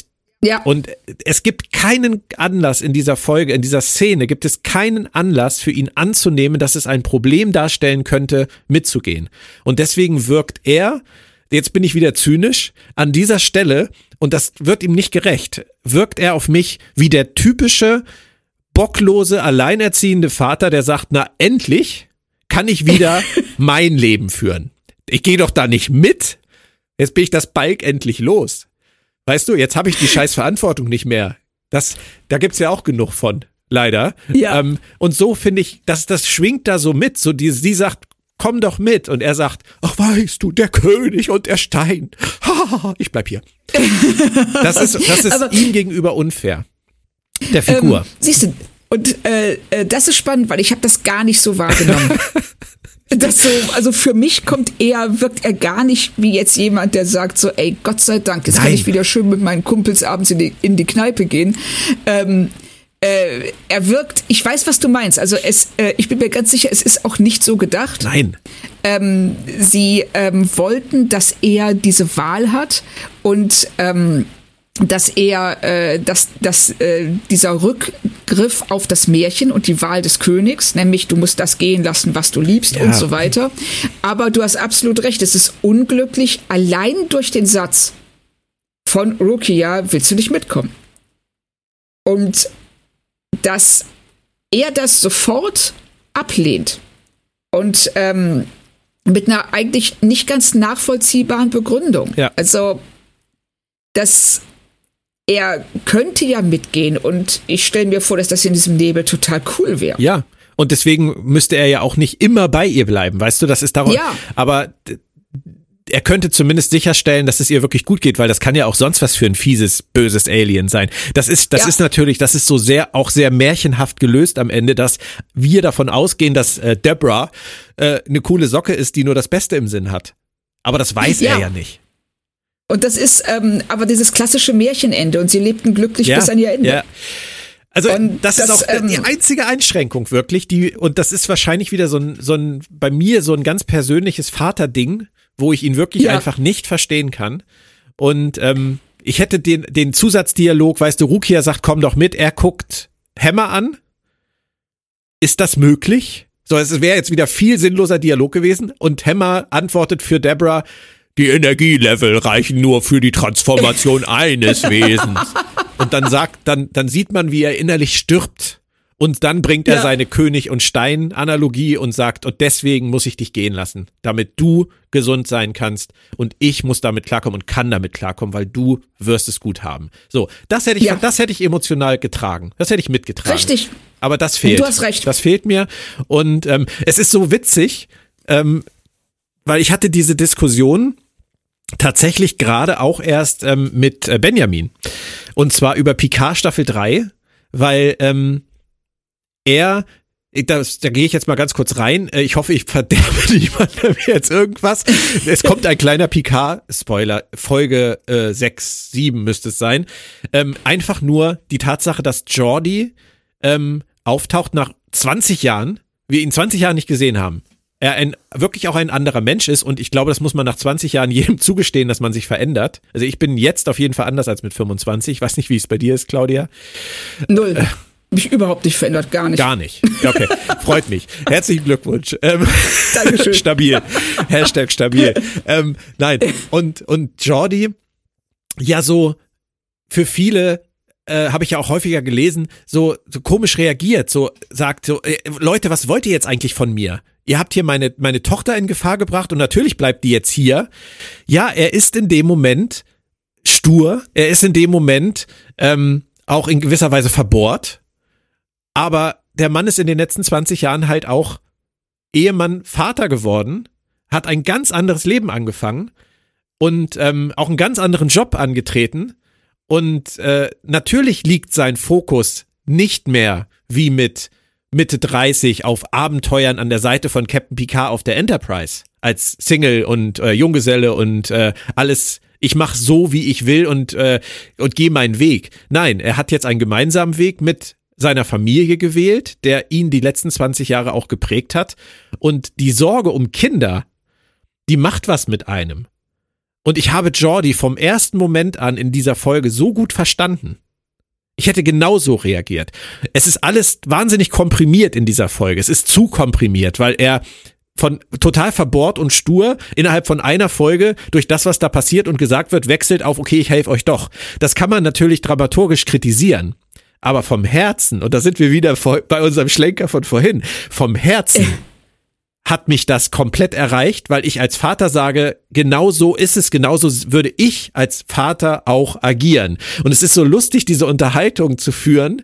es gibt keinen Anlass in dieser Folge, in dieser Szene, gibt es keinen Anlass für ihn anzunehmen, dass es ein Problem darstellen könnte, mitzugehen. Und deswegen wirkt er, jetzt bin ich wieder zynisch, an dieser Stelle, und das wird ihm nicht gerecht, wirkt er auf mich wie der typische, bocklose, alleinerziehende Vater, der sagt, na endlich kann ich wieder mein Leben führen. Ich gehe doch da nicht mit. Jetzt bin ich das Balk endlich los. Weißt du, jetzt habe ich die scheiß Verantwortung nicht mehr. Da gibt's ja auch genug von, leider. Ja. Und so finde ich, das schwingt da so mit. So sie sagt, komm doch mit. Und er sagt, ach weißt du, der König und der Stein. Ich bleib hier. Das ist ihm gegenüber unfair. Der Figur. Siehst du, und das ist spannend, weil ich habe das gar nicht so wahrgenommen. Also für mich wirkt er gar nicht wie jetzt jemand, der sagt so, ey, Gott sei Dank, jetzt kann ich wieder schön mit meinen Kumpels abends in die Kneipe gehen. Er wirkt, ich weiß, was du meinst, also ich bin mir ganz sicher, es ist auch nicht so gedacht. Nein. Sie wollten, dass er diese Wahl hat und dass dieser Rückgriff auf das Märchen und die Wahl des Königs, nämlich du musst das gehen lassen, was du liebst und so weiter. Aber du hast absolut recht, es ist unglücklich, allein durch den Satz von Rukia willst du nicht mitkommen. Und dass er das sofort ablehnt und mit einer eigentlich nicht ganz nachvollziehbaren Begründung. Ja. Also er könnte ja mitgehen und ich stelle mir vor, dass das in diesem Nebel total cool wäre. Ja, und deswegen müsste er ja auch nicht immer bei ihr bleiben, weißt du, das ist darum. Ja. Aber er könnte zumindest sicherstellen, dass es ihr wirklich gut geht, weil das kann ja auch sonst was für ein fieses, böses Alien sein. Das ist natürlich, das ist so auch sehr märchenhaft gelöst am Ende, dass wir davon ausgehen, dass Deborah eine coole Socke ist, die nur das Beste im Sinn hat. Aber das weiß er ja nicht. Und das ist aber dieses klassische Märchenende und sie lebten glücklich bis an ihr Ende. Ja. Also das ist auch die einzige Einschränkung wirklich, und das ist wahrscheinlich wieder bei mir so ein ganz persönliches Vaterding, wo ich ihn wirklich einfach nicht verstehen kann. Und ich hätte den Zusatzdialog, weißt du, Rukia sagt, komm doch mit, er guckt Hammer an. Ist das möglich? So, es wäre jetzt wieder viel sinnloser Dialog gewesen und Hammer antwortet für Deborah, die Energielevel reichen nur für die Transformation eines Wesens. Und dann sieht man, wie er innerlich stirbt. Und dann bringt er seine König- und Stein-Analogie und sagt, und deswegen muss ich dich gehen lassen, damit du gesund sein kannst und ich muss damit klarkommen und kann damit klarkommen, weil du wirst es gut haben. So, das hätte ich emotional getragen. Das hätte ich mitgetragen. Richtig. Aber das fehlt. Du hast recht. Das fehlt mir. Und es ist so witzig, weil ich hatte diese Diskussion tatsächlich gerade auch erst mit Benjamin. Und zwar über Picard Staffel 3, weil da gehe ich jetzt mal ganz kurz rein. Ich hoffe, ich verderbe niemandem jetzt irgendwas. Es kommt ein kleiner Picard-Spoiler. Folge 6, 7 müsste es sein. Einfach nur die Tatsache, dass Geordi auftaucht nach 20 Jahren, wir ihn 20 Jahre nicht gesehen haben. er wirklich auch ein anderer Mensch ist und ich glaube, das muss man nach 20 Jahren jedem zugestehen, dass man sich verändert. Also ich bin jetzt auf jeden Fall anders als mit 25. Ich weiß nicht, wie es bei dir ist, Claudia. 0. Mich überhaupt nicht verändert, gar nicht. Gar nicht. Okay, freut mich. Herzlichen Glückwunsch. Dankeschön. Stabil. Hashtag stabil. Nein, und Jordi, ja so für viele habe ich ja auch häufiger gelesen, so komisch reagiert, so sagt so, Leute, was wollt ihr jetzt eigentlich von mir? Ihr habt hier meine Tochter in Gefahr gebracht und natürlich bleibt die jetzt hier. Ja, er ist in dem Moment stur, er ist in dem Moment auch in gewisser Weise verbohrt, aber der Mann ist in den letzten 20 Jahren halt auch Ehemann, Vater geworden, hat ein ganz anderes Leben angefangen und auch einen ganz anderen Job angetreten. Und natürlich liegt sein Fokus nicht mehr wie mit Mitte 30 auf Abenteuern an der Seite von Captain Picard auf der Enterprise als Single und Junggeselle und alles, ich mache so, wie ich will und gehe meinen Weg. Nein, er hat jetzt einen gemeinsamen Weg mit seiner Familie gewählt, der ihn die letzten 20 Jahre auch geprägt hat. Und die Sorge um Kinder, die macht was mit einem. Und ich habe Jordi vom ersten Moment an in dieser Folge so gut verstanden. Ich hätte genauso reagiert. Es ist alles wahnsinnig komprimiert in dieser Folge. Es ist zu komprimiert, weil er von total verbohrt und stur innerhalb von einer Folge durch das, was da passiert und gesagt wird, wechselt auf, okay, ich helfe euch doch. Das kann man natürlich dramaturgisch kritisieren. Aber vom Herzen, und da sind wir wieder bei unserem Schlenker von vorhin, vom Herzen hat mich das komplett erreicht, weil ich als Vater sage, genau so ist es, genauso würde ich als Vater auch agieren. Und es ist so lustig, diese Unterhaltung zu führen,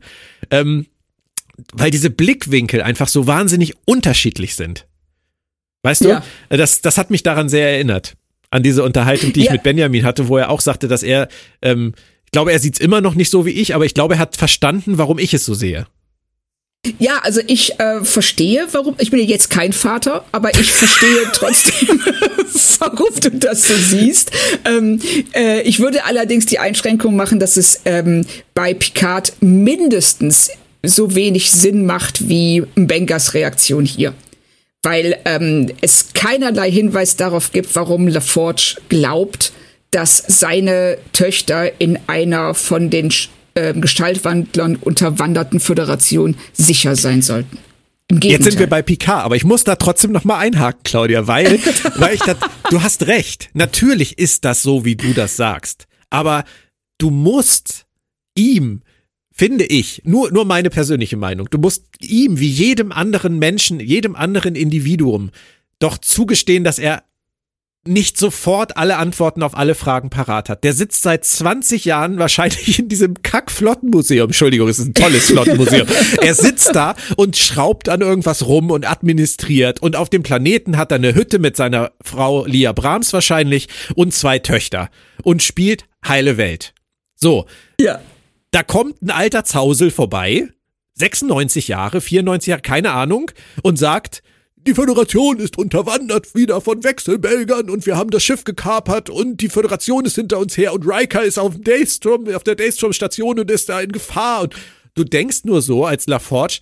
weil diese Blickwinkel einfach so wahnsinnig unterschiedlich sind. Weißt du? Das hat mich daran sehr erinnert, an diese Unterhaltung, die ich mit Benjamin hatte, wo er auch sagte, dass er, ich glaube, er sieht es immer noch nicht so wie ich, aber ich glaube, er hat verstanden, warum ich es so sehe. Ja, also ich verstehe, warum, ich bin ja jetzt kein Vater, aber ich verstehe trotzdem, warum du das so siehst. Ich würde allerdings die Einschränkung machen, dass es bei Picard mindestens so wenig Sinn macht wie Mbengers Reaktion hier. Weil es keinerlei Hinweis darauf gibt, warum LaForge glaubt, dass seine Töchter in einer von den Gestaltwandlern unterwanderten Föderation sicher sein sollten. Im Gegenteil. Jetzt sind wir bei Picard, aber ich muss da trotzdem noch mal einhaken, Claudia, weil du hast recht. Natürlich ist das so, wie du das sagst. Aber du musst ihm, finde ich, nur meine persönliche Meinung, du musst ihm wie jedem anderen Menschen, jedem anderen Individuum doch zugestehen, dass er nicht sofort alle Antworten auf alle Fragen parat hat. Der sitzt seit 20 Jahren wahrscheinlich in diesem Kack-Flottenmuseum. Entschuldigung, es ist ein tolles Flottenmuseum. Er sitzt da und schraubt an irgendwas rum und administriert. Und auf dem Planeten hat er eine Hütte mit seiner Frau Lia Brahms wahrscheinlich und 2 Töchter. Und spielt heile Welt. So. Ja. Da kommt ein alter Zausel vorbei, 96 Jahre, 94 Jahre, keine Ahnung, und sagt, die Föderation ist unterwandert wieder von Wechselbelgern und wir haben das Schiff gekapert und die Föderation ist hinter uns her und Riker ist auf der Daystrom-Station und ist da in Gefahr. Und du denkst nur so als LaForge,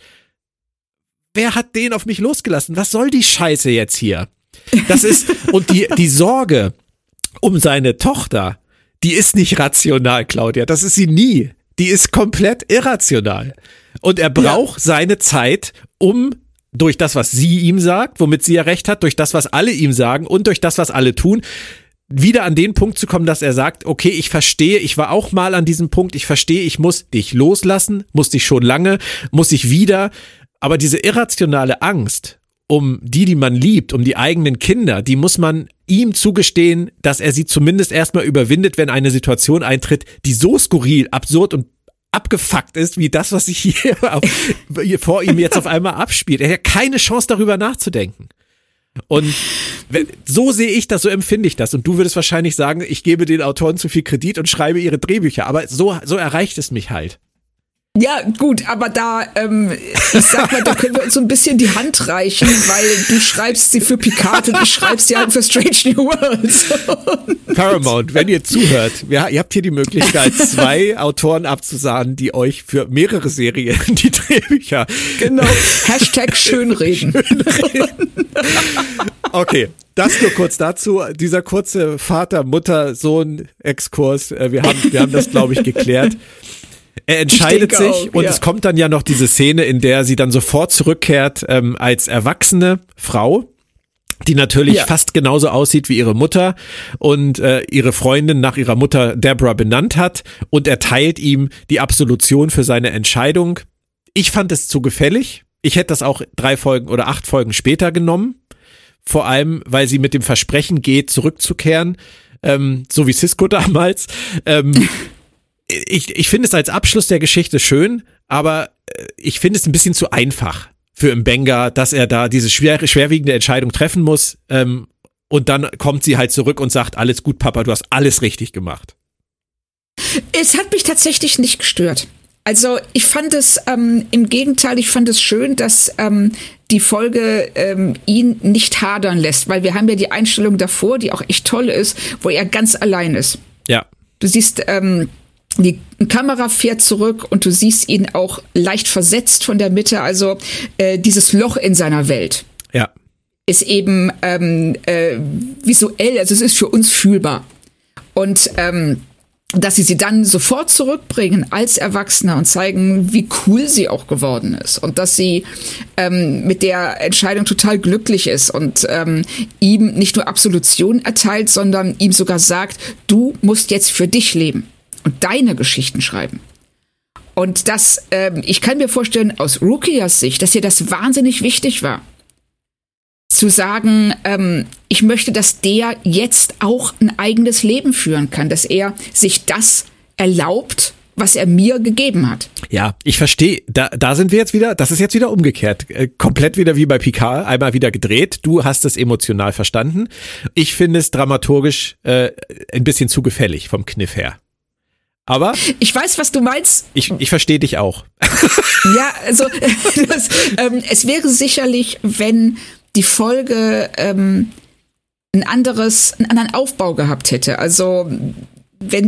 wer hat den auf mich losgelassen? Was soll die Scheiße jetzt hier? Das ist, und die Sorge um seine Tochter, die ist nicht rational, Claudia. Das ist sie nie. Die ist komplett irrational. Und er braucht seine Zeit, um durch das, was sie ihm sagt, womit sie ja recht hat, durch das, was alle ihm sagen und durch das, was alle tun, wieder an den Punkt zu kommen, dass er sagt, okay, ich verstehe, ich war auch mal an diesem Punkt, ich verstehe, ich muss dich loslassen, musste ich schon lange, muss ich wieder, aber diese irrationale Angst um die man liebt, um die eigenen Kinder, die muss man ihm zugestehen, dass er sie zumindest erstmal überwindet, wenn eine Situation eintritt, die so skurril, absurd und abgefuckt ist, wie das, was sich hier vor ihm jetzt auf einmal abspielt. Er hat keine Chance, darüber nachzudenken. Und so sehe ich das, so empfinde ich das. Und du würdest wahrscheinlich sagen, ich gebe den Autoren zu viel Kredit und schreibe ihre Drehbücher. Aber so erreicht es mich halt. Ja, gut, aber da, ich sag mal, da können wir uns so ein bisschen die Hand reichen, weil du schreibst sie für Picard und ich schreibe sie halt für Strange New Worlds. Paramount, wenn ihr zuhört, ihr habt hier die Möglichkeit, 2 Autoren abzusahnen, die euch für mehrere Serien die Drehbücher... Genau, #schönreden. Schönreden. Okay, das nur kurz dazu. Dieser kurze Vater-Mutter-Sohn-Exkurs, wir haben das, glaube ich, geklärt. Er entscheidet sich auch, und ja. Es kommt dann ja noch diese Szene, in der sie dann sofort zurückkehrt als erwachsene Frau, die natürlich fast genauso aussieht wie ihre Mutter und ihre Freundin nach ihrer Mutter Deborah benannt hat und erteilt ihm die Absolution für seine Entscheidung. Ich fand es zu gefällig. Ich hätte das auch 3 Folgen oder 8 Folgen später genommen. Vor allem, weil sie mit dem Versprechen geht, zurückzukehren, so wie Sisko damals. Ich finde es als Abschluss der Geschichte schön, aber ich finde es ein bisschen zu einfach für Mbenga, dass er da diese schwerwiegende Entscheidung treffen muss. Und dann kommt sie halt zurück und sagt, alles gut, Papa, du hast alles richtig gemacht. Es hat mich tatsächlich nicht gestört. Also ich fand es, im Gegenteil, ich fand es schön, dass die Folge ihn nicht hadern lässt, weil wir haben ja die Einstellung davor, die auch echt toll ist, wo er ganz allein ist. Ja. Du siehst, die Kamera fährt zurück und du siehst ihn auch leicht versetzt von der Mitte, also dieses Loch in seiner Welt. Ja. Ist eben visuell, also es ist für uns fühlbar. Und dass sie dann sofort zurückbringen als Erwachsener und zeigen, wie cool sie auch geworden ist und dass sie mit der Entscheidung total glücklich ist und ihm nicht nur Absolution erteilt, sondern ihm sogar sagt, du musst jetzt für dich leben und deine Geschichten schreiben. Und das, ich kann mir vorstellen, aus Rukias Sicht, dass ihr das wahnsinnig wichtig war. Zu sagen, ich möchte, dass der jetzt auch ein eigenes Leben führen kann, dass er sich das erlaubt, was er mir gegeben hat. Ja, ich verstehe, da sind wir jetzt wieder, das ist jetzt wieder umgekehrt, komplett wieder wie bei Picard, einmal wieder gedreht, du hast es emotional verstanden, ich finde es dramaturgisch ein bisschen zu gefällig vom Kniff her. Aber ich weiß, was du meinst. Ich verstehe dich auch. Ja, also es wäre sicherlich, wenn die Folge einen anderen Aufbau gehabt hätte. Also wenn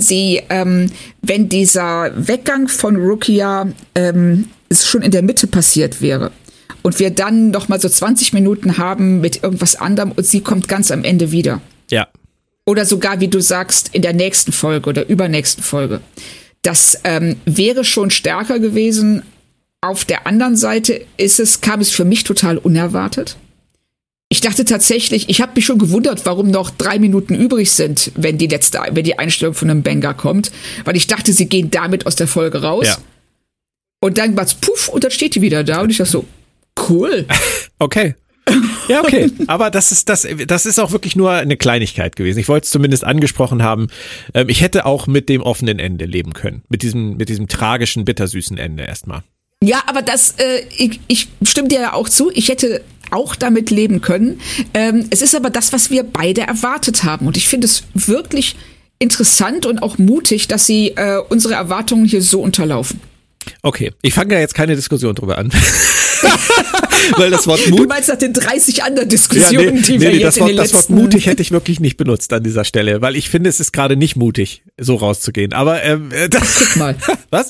dieser Weggang von Rukia schon in der Mitte passiert wäre und wir dann noch mal so 20 Minuten haben mit irgendwas anderem und sie kommt ganz am Ende wieder. Ja. Oder sogar, wie du sagst, in der nächsten Folge oder übernächsten Folge. Das wäre schon stärker gewesen. Auf der anderen Seite kam es für mich total unerwartet. Ich dachte tatsächlich, ich habe mich schon gewundert, warum noch 3 Minuten übrig sind, wenn die Einstellung von einem Mbenga kommt. Weil ich dachte, sie gehen damit aus der Folge raus. Ja. Und dann war's puff und dann steht die wieder da. Und ich dachte so, cool. Okay. Ja, okay. Aber das ist auch wirklich nur eine Kleinigkeit gewesen. Ich wollte es zumindest angesprochen haben. Ich hätte auch mit dem offenen Ende leben können. Mit diesem tragischen, bittersüßen Ende erstmal. Ja, aber ich stimme dir ja auch zu. Ich hätte auch damit leben können. Es ist aber das, was wir beide erwartet haben. Und ich finde es wirklich interessant und auch mutig, dass sie unsere Erwartungen hier so unterlaufen. Okay, ich fange ja jetzt keine Diskussion drüber an. Weil das Wort Du meinst nach den 30 anderen Diskussionen, die wir jetzt in den letzten... Das Wort mutig hätte ich wirklich nicht benutzt an dieser Stelle, weil ich finde, es ist gerade nicht mutig, so rauszugehen. Aber guck mal. Was?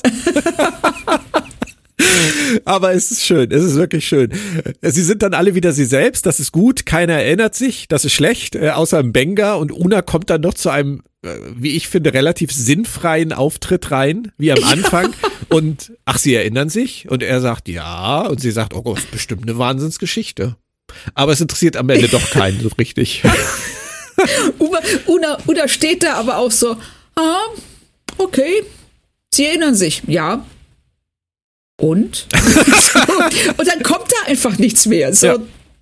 Aber es ist schön, es ist wirklich schön. Sie sind dann alle wieder sie selbst, das ist gut, keiner erinnert sich, das ist schlecht, außer Mbenga, und Una kommt dann noch zu einem, wie ich finde, relativ sinnfreien Auftritt rein, wie am Anfang. Und sie erinnern sich, und er sagt ja, und sie sagt, oh Gott, das ist bestimmt eine Wahnsinnsgeschichte. Aber es interessiert am Ende doch keinen so richtig. Una steht da aber auch so, okay, sie erinnern sich, ja. Und? Und dann kommt da einfach nichts mehr. So. Ja.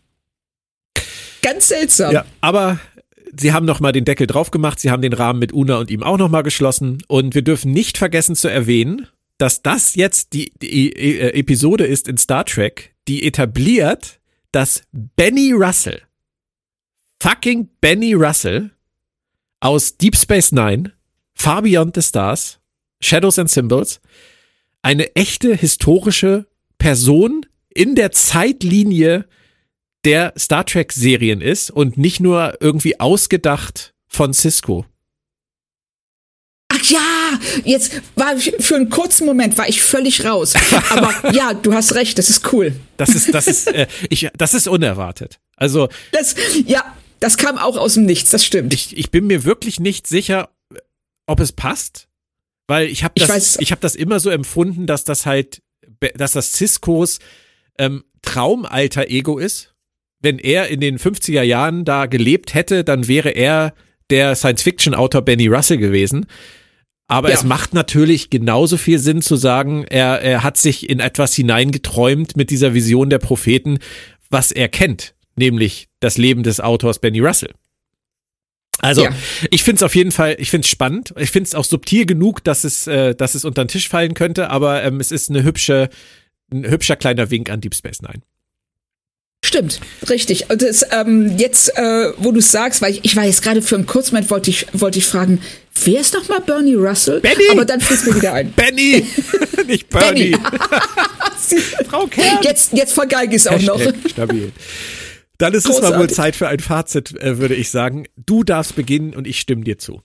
Ganz seltsam. Ja, aber sie haben nochmal den Deckel drauf gemacht, sie haben den Rahmen mit Una und ihm auch nochmal geschlossen, und wir dürfen nicht vergessen zu erwähnen, dass das jetzt die Episode ist in Star Trek, die etabliert, dass Benny Russell, fucking Benny Russell aus Deep Space Nine, Far Beyond the Stars, Shadows and Symbols, eine echte historische Person in der Zeitlinie der Star Trek Serien ist und nicht nur irgendwie ausgedacht von Sisko. Ach ja, jetzt war ich, für einen kurzen Moment war ich völlig raus. Aber ja, du hast recht, das ist cool. Das ist unerwartet. Also das kam auch aus dem Nichts, das stimmt. Ich bin mir wirklich nicht sicher, ob es passt, weil ich habe das immer so empfunden, dass das Siskos Traumalter-Ego ist. Wenn er in den 50er Jahren da gelebt hätte, dann wäre er der Science-Fiction-Autor Benny Russell gewesen. Aber es macht natürlich genauso viel Sinn zu sagen, er hat sich in etwas hineingeträumt mit dieser Vision der Propheten, was er kennt, nämlich das Leben des Autors Benny Russell. Also, ich finde es auf jeden Fall, ich finde es spannend. Ich finde es auch subtil genug, dass es unter den Tisch fallen könnte, aber es ist ein hübscher kleiner Wink an Deep Space Nine. Stimmt, richtig. Und das, jetzt, wo du es sagst, weil ich war jetzt gerade für einen kurzen Moment, wollte ich fragen, wer ist nochmal Bernie Russell? Benny! Aber dann fällt mir wieder ein. Benny! Nicht Bernie. Frau Kern. Jetzt vergeige ich es auch noch. Stabil. Dann ist es mal wohl Zeit für ein Fazit, würde ich sagen. Du darfst beginnen und ich stimme dir zu.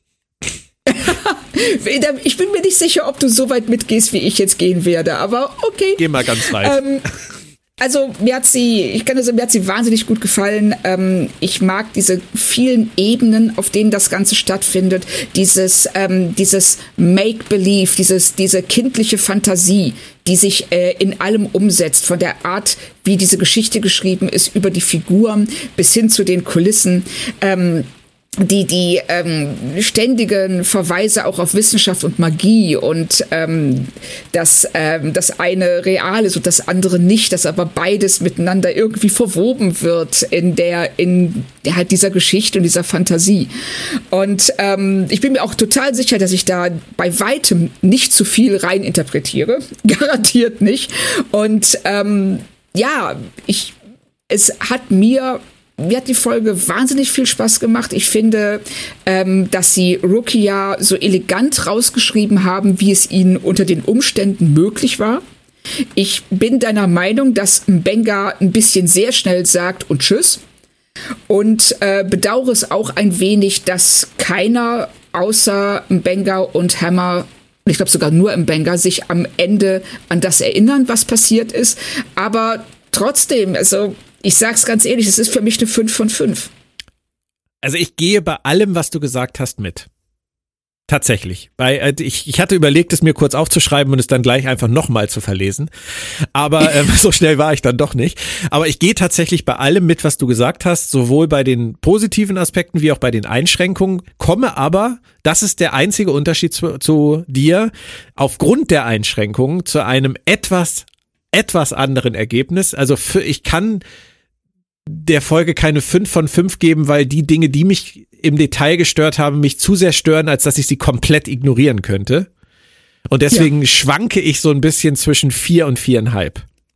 Ich bin mir nicht sicher, ob du so weit mitgehst, wie ich jetzt gehen werde, aber okay. Geh mal ganz weit. Also mir hat sie wahnsinnig gut gefallen. Ich mag diese vielen Ebenen, auf denen das Ganze stattfindet. Dieses Make-Believe, diese kindliche Fantasie, die sich in allem umsetzt, von der Art, wie diese Geschichte geschrieben ist, über die Figuren bis hin zu den Kulissen. Die ständigen Verweise auch auf Wissenschaft und Magie und dass das eine real ist und das andere nicht, dass aber beides miteinander irgendwie verwoben wird in halt dieser Geschichte und dieser Fantasie. Und ich bin mir auch total sicher, dass ich da bei weitem nicht zu viel rein interpretiere. Garantiert nicht. Und mir hat die Folge wahnsinnig viel Spaß gemacht. Ich finde, dass sie Rukia so elegant rausgeschrieben haben, wie es ihnen unter den Umständen möglich war. Ich bin deiner Meinung, dass Mbenga ein bisschen sehr schnell sagt und tschüss. Und bedauere es auch ein wenig, dass keiner außer Mbenga und Hammer, ich glaube sogar nur Mbenga, sich am Ende an das erinnern, was passiert ist. Aber trotzdem, also ich sag's ganz ehrlich, es ist für mich eine 5 von 5. Also ich gehe bei allem, was du gesagt hast, mit. Tatsächlich. Ich hatte überlegt, es mir kurz aufzuschreiben und es dann gleich einfach nochmal zu verlesen. Aber so schnell war ich dann doch nicht. Aber ich gehe tatsächlich bei allem mit, was du gesagt hast, sowohl bei den positiven Aspekten wie auch bei den Einschränkungen, komme aber, das ist der einzige Unterschied zu dir, aufgrund der Einschränkungen zu einem etwas anderen Ergebnis. Also ich kann der Folge keine 5 von 5 geben, weil die Dinge, die mich im Detail gestört haben, mich zu sehr stören, als dass ich sie komplett ignorieren könnte. Und deswegen schwanke ich so ein bisschen zwischen 4 und 4,5.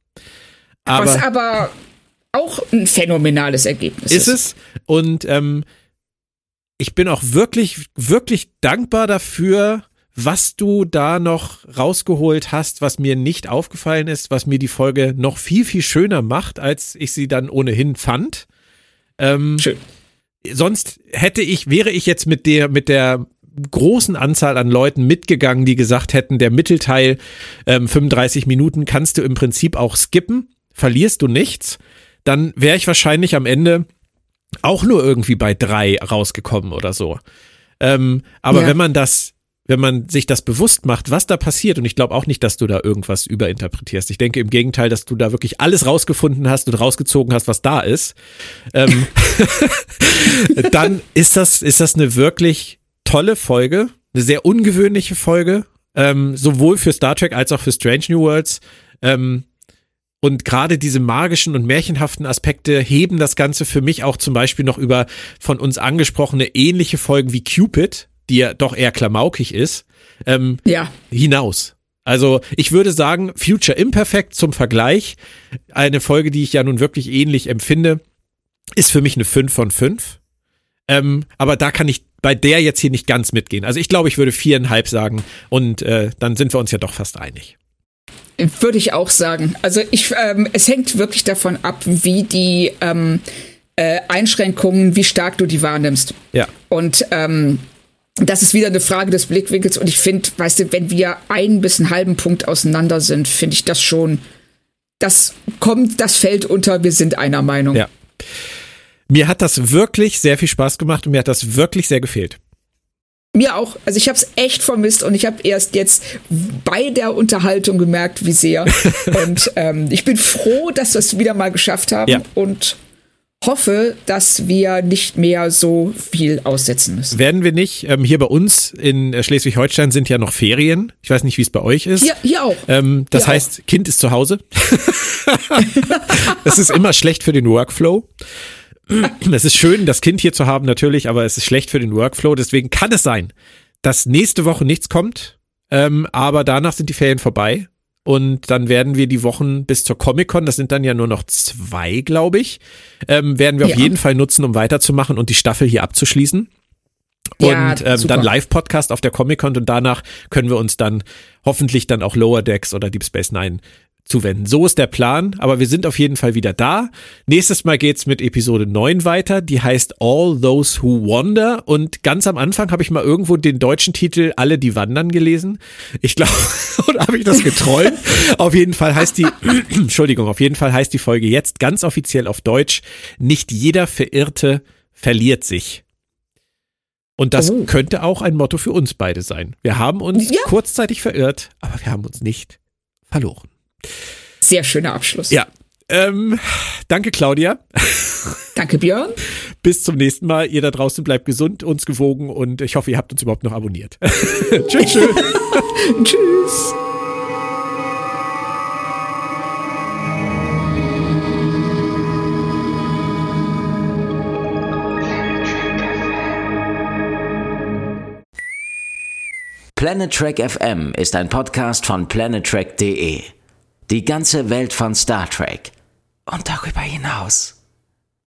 Was aber auch ein phänomenales Ergebnis ist. Ist es. Und ich bin auch wirklich, wirklich dankbar dafür, was du da noch rausgeholt hast, was mir nicht aufgefallen ist, was mir die Folge noch viel, viel schöner macht, als ich sie dann ohnehin fand. Schön. Sonst wäre ich jetzt mit der großen Anzahl an Leuten mitgegangen, die gesagt hätten, der Mittelteil 35 Minuten kannst du im Prinzip auch skippen, verlierst du nichts, dann wäre ich wahrscheinlich am Ende auch nur irgendwie bei 3 rausgekommen oder so. Aber wenn man sich das bewusst macht, was da passiert, und ich glaube auch nicht, dass du da irgendwas überinterpretierst. Ich denke im Gegenteil, dass du da wirklich alles rausgefunden hast und rausgezogen hast, was da ist. Dann ist das eine wirklich tolle Folge, eine sehr ungewöhnliche Folge, sowohl für Star Trek als auch für Strange New Worlds. Und gerade diese magischen und märchenhaften Aspekte heben das Ganze für mich auch zum Beispiel noch über von uns angesprochene ähnliche Folgen wie Cupid, die ja doch eher klamaukig ist, hinaus. Also ich würde sagen, Future Imperfect zum Vergleich, eine Folge, die ich ja nun wirklich ähnlich empfinde, ist für mich eine 5 von 5. Aber da kann ich bei der jetzt hier nicht ganz mitgehen. Also ich glaube, ich würde 4,5 sagen und dann sind wir uns ja doch fast einig. Würde ich auch sagen. Also es hängt wirklich davon ab, wie die Einschränkungen, wie stark du die wahrnimmst. Ja. Und das ist wieder eine Frage des Blickwinkels. Und ich finde, weißt du, wenn wir 1 bis einen halben Punkt auseinander sind, finde ich das schon, das fällt unter, wir sind einer Meinung. Ja. Mir hat das wirklich sehr viel Spaß gemacht und mir hat das wirklich sehr gefehlt. Mir auch. Also ich habe es echt vermisst und ich habe erst jetzt bei der Unterhaltung gemerkt, wie sehr. Und ich bin froh, dass wir es wieder mal geschafft haben und hoffe, dass wir nicht mehr so viel aussetzen müssen. Werden wir nicht. Hier bei uns in Schleswig-Holstein sind ja noch Ferien. Ich weiß nicht, wie es bei euch ist. Hier auch. Das heißt, Kind ist zu Hause. Das ist immer schlecht für den Workflow. Es ist schön, das Kind hier zu haben, natürlich, aber es ist schlecht für den Workflow. Deswegen kann es sein, dass nächste Woche nichts kommt, aber danach sind die Ferien vorbei und dann werden wir die Wochen bis zur Comic-Con, das sind dann ja nur noch 2, glaube ich, werden wir auf jeden Fall nutzen, um weiterzumachen und die Staffel hier abzuschließen. Und dann Live-Podcast auf der Comic-Con und danach können wir uns dann hoffentlich dann auch Lower Decks oder Deep Space Nine zuwenden. So ist der Plan, aber wir sind auf jeden Fall wieder da. Nächstes Mal geht's mit Episode 9 weiter, die heißt All Those Who Wander und ganz am Anfang habe ich mal irgendwo den deutschen Titel Alle, die wandern gelesen. Ich glaube, oder habe ich das geträumt? Auf jeden Fall heißt die Folge jetzt ganz offiziell auf Deutsch: Nicht jeder Verirrte verliert sich. Und das könnte auch ein Motto für uns beide sein. Wir haben uns kurzzeitig verirrt, aber wir haben uns nicht verloren. Sehr schöner Abschluss. Ja. Danke, Claudia. Danke, Björn. Bis zum nächsten Mal. Ihr da draußen bleibt gesund, uns gewogen und ich hoffe, ihr habt uns überhaupt noch abonniert. Tschüss. Tschüss. Planet Trek FM ist ein Podcast von planettrek.de. Die ganze Welt von Star Trek und darüber hinaus.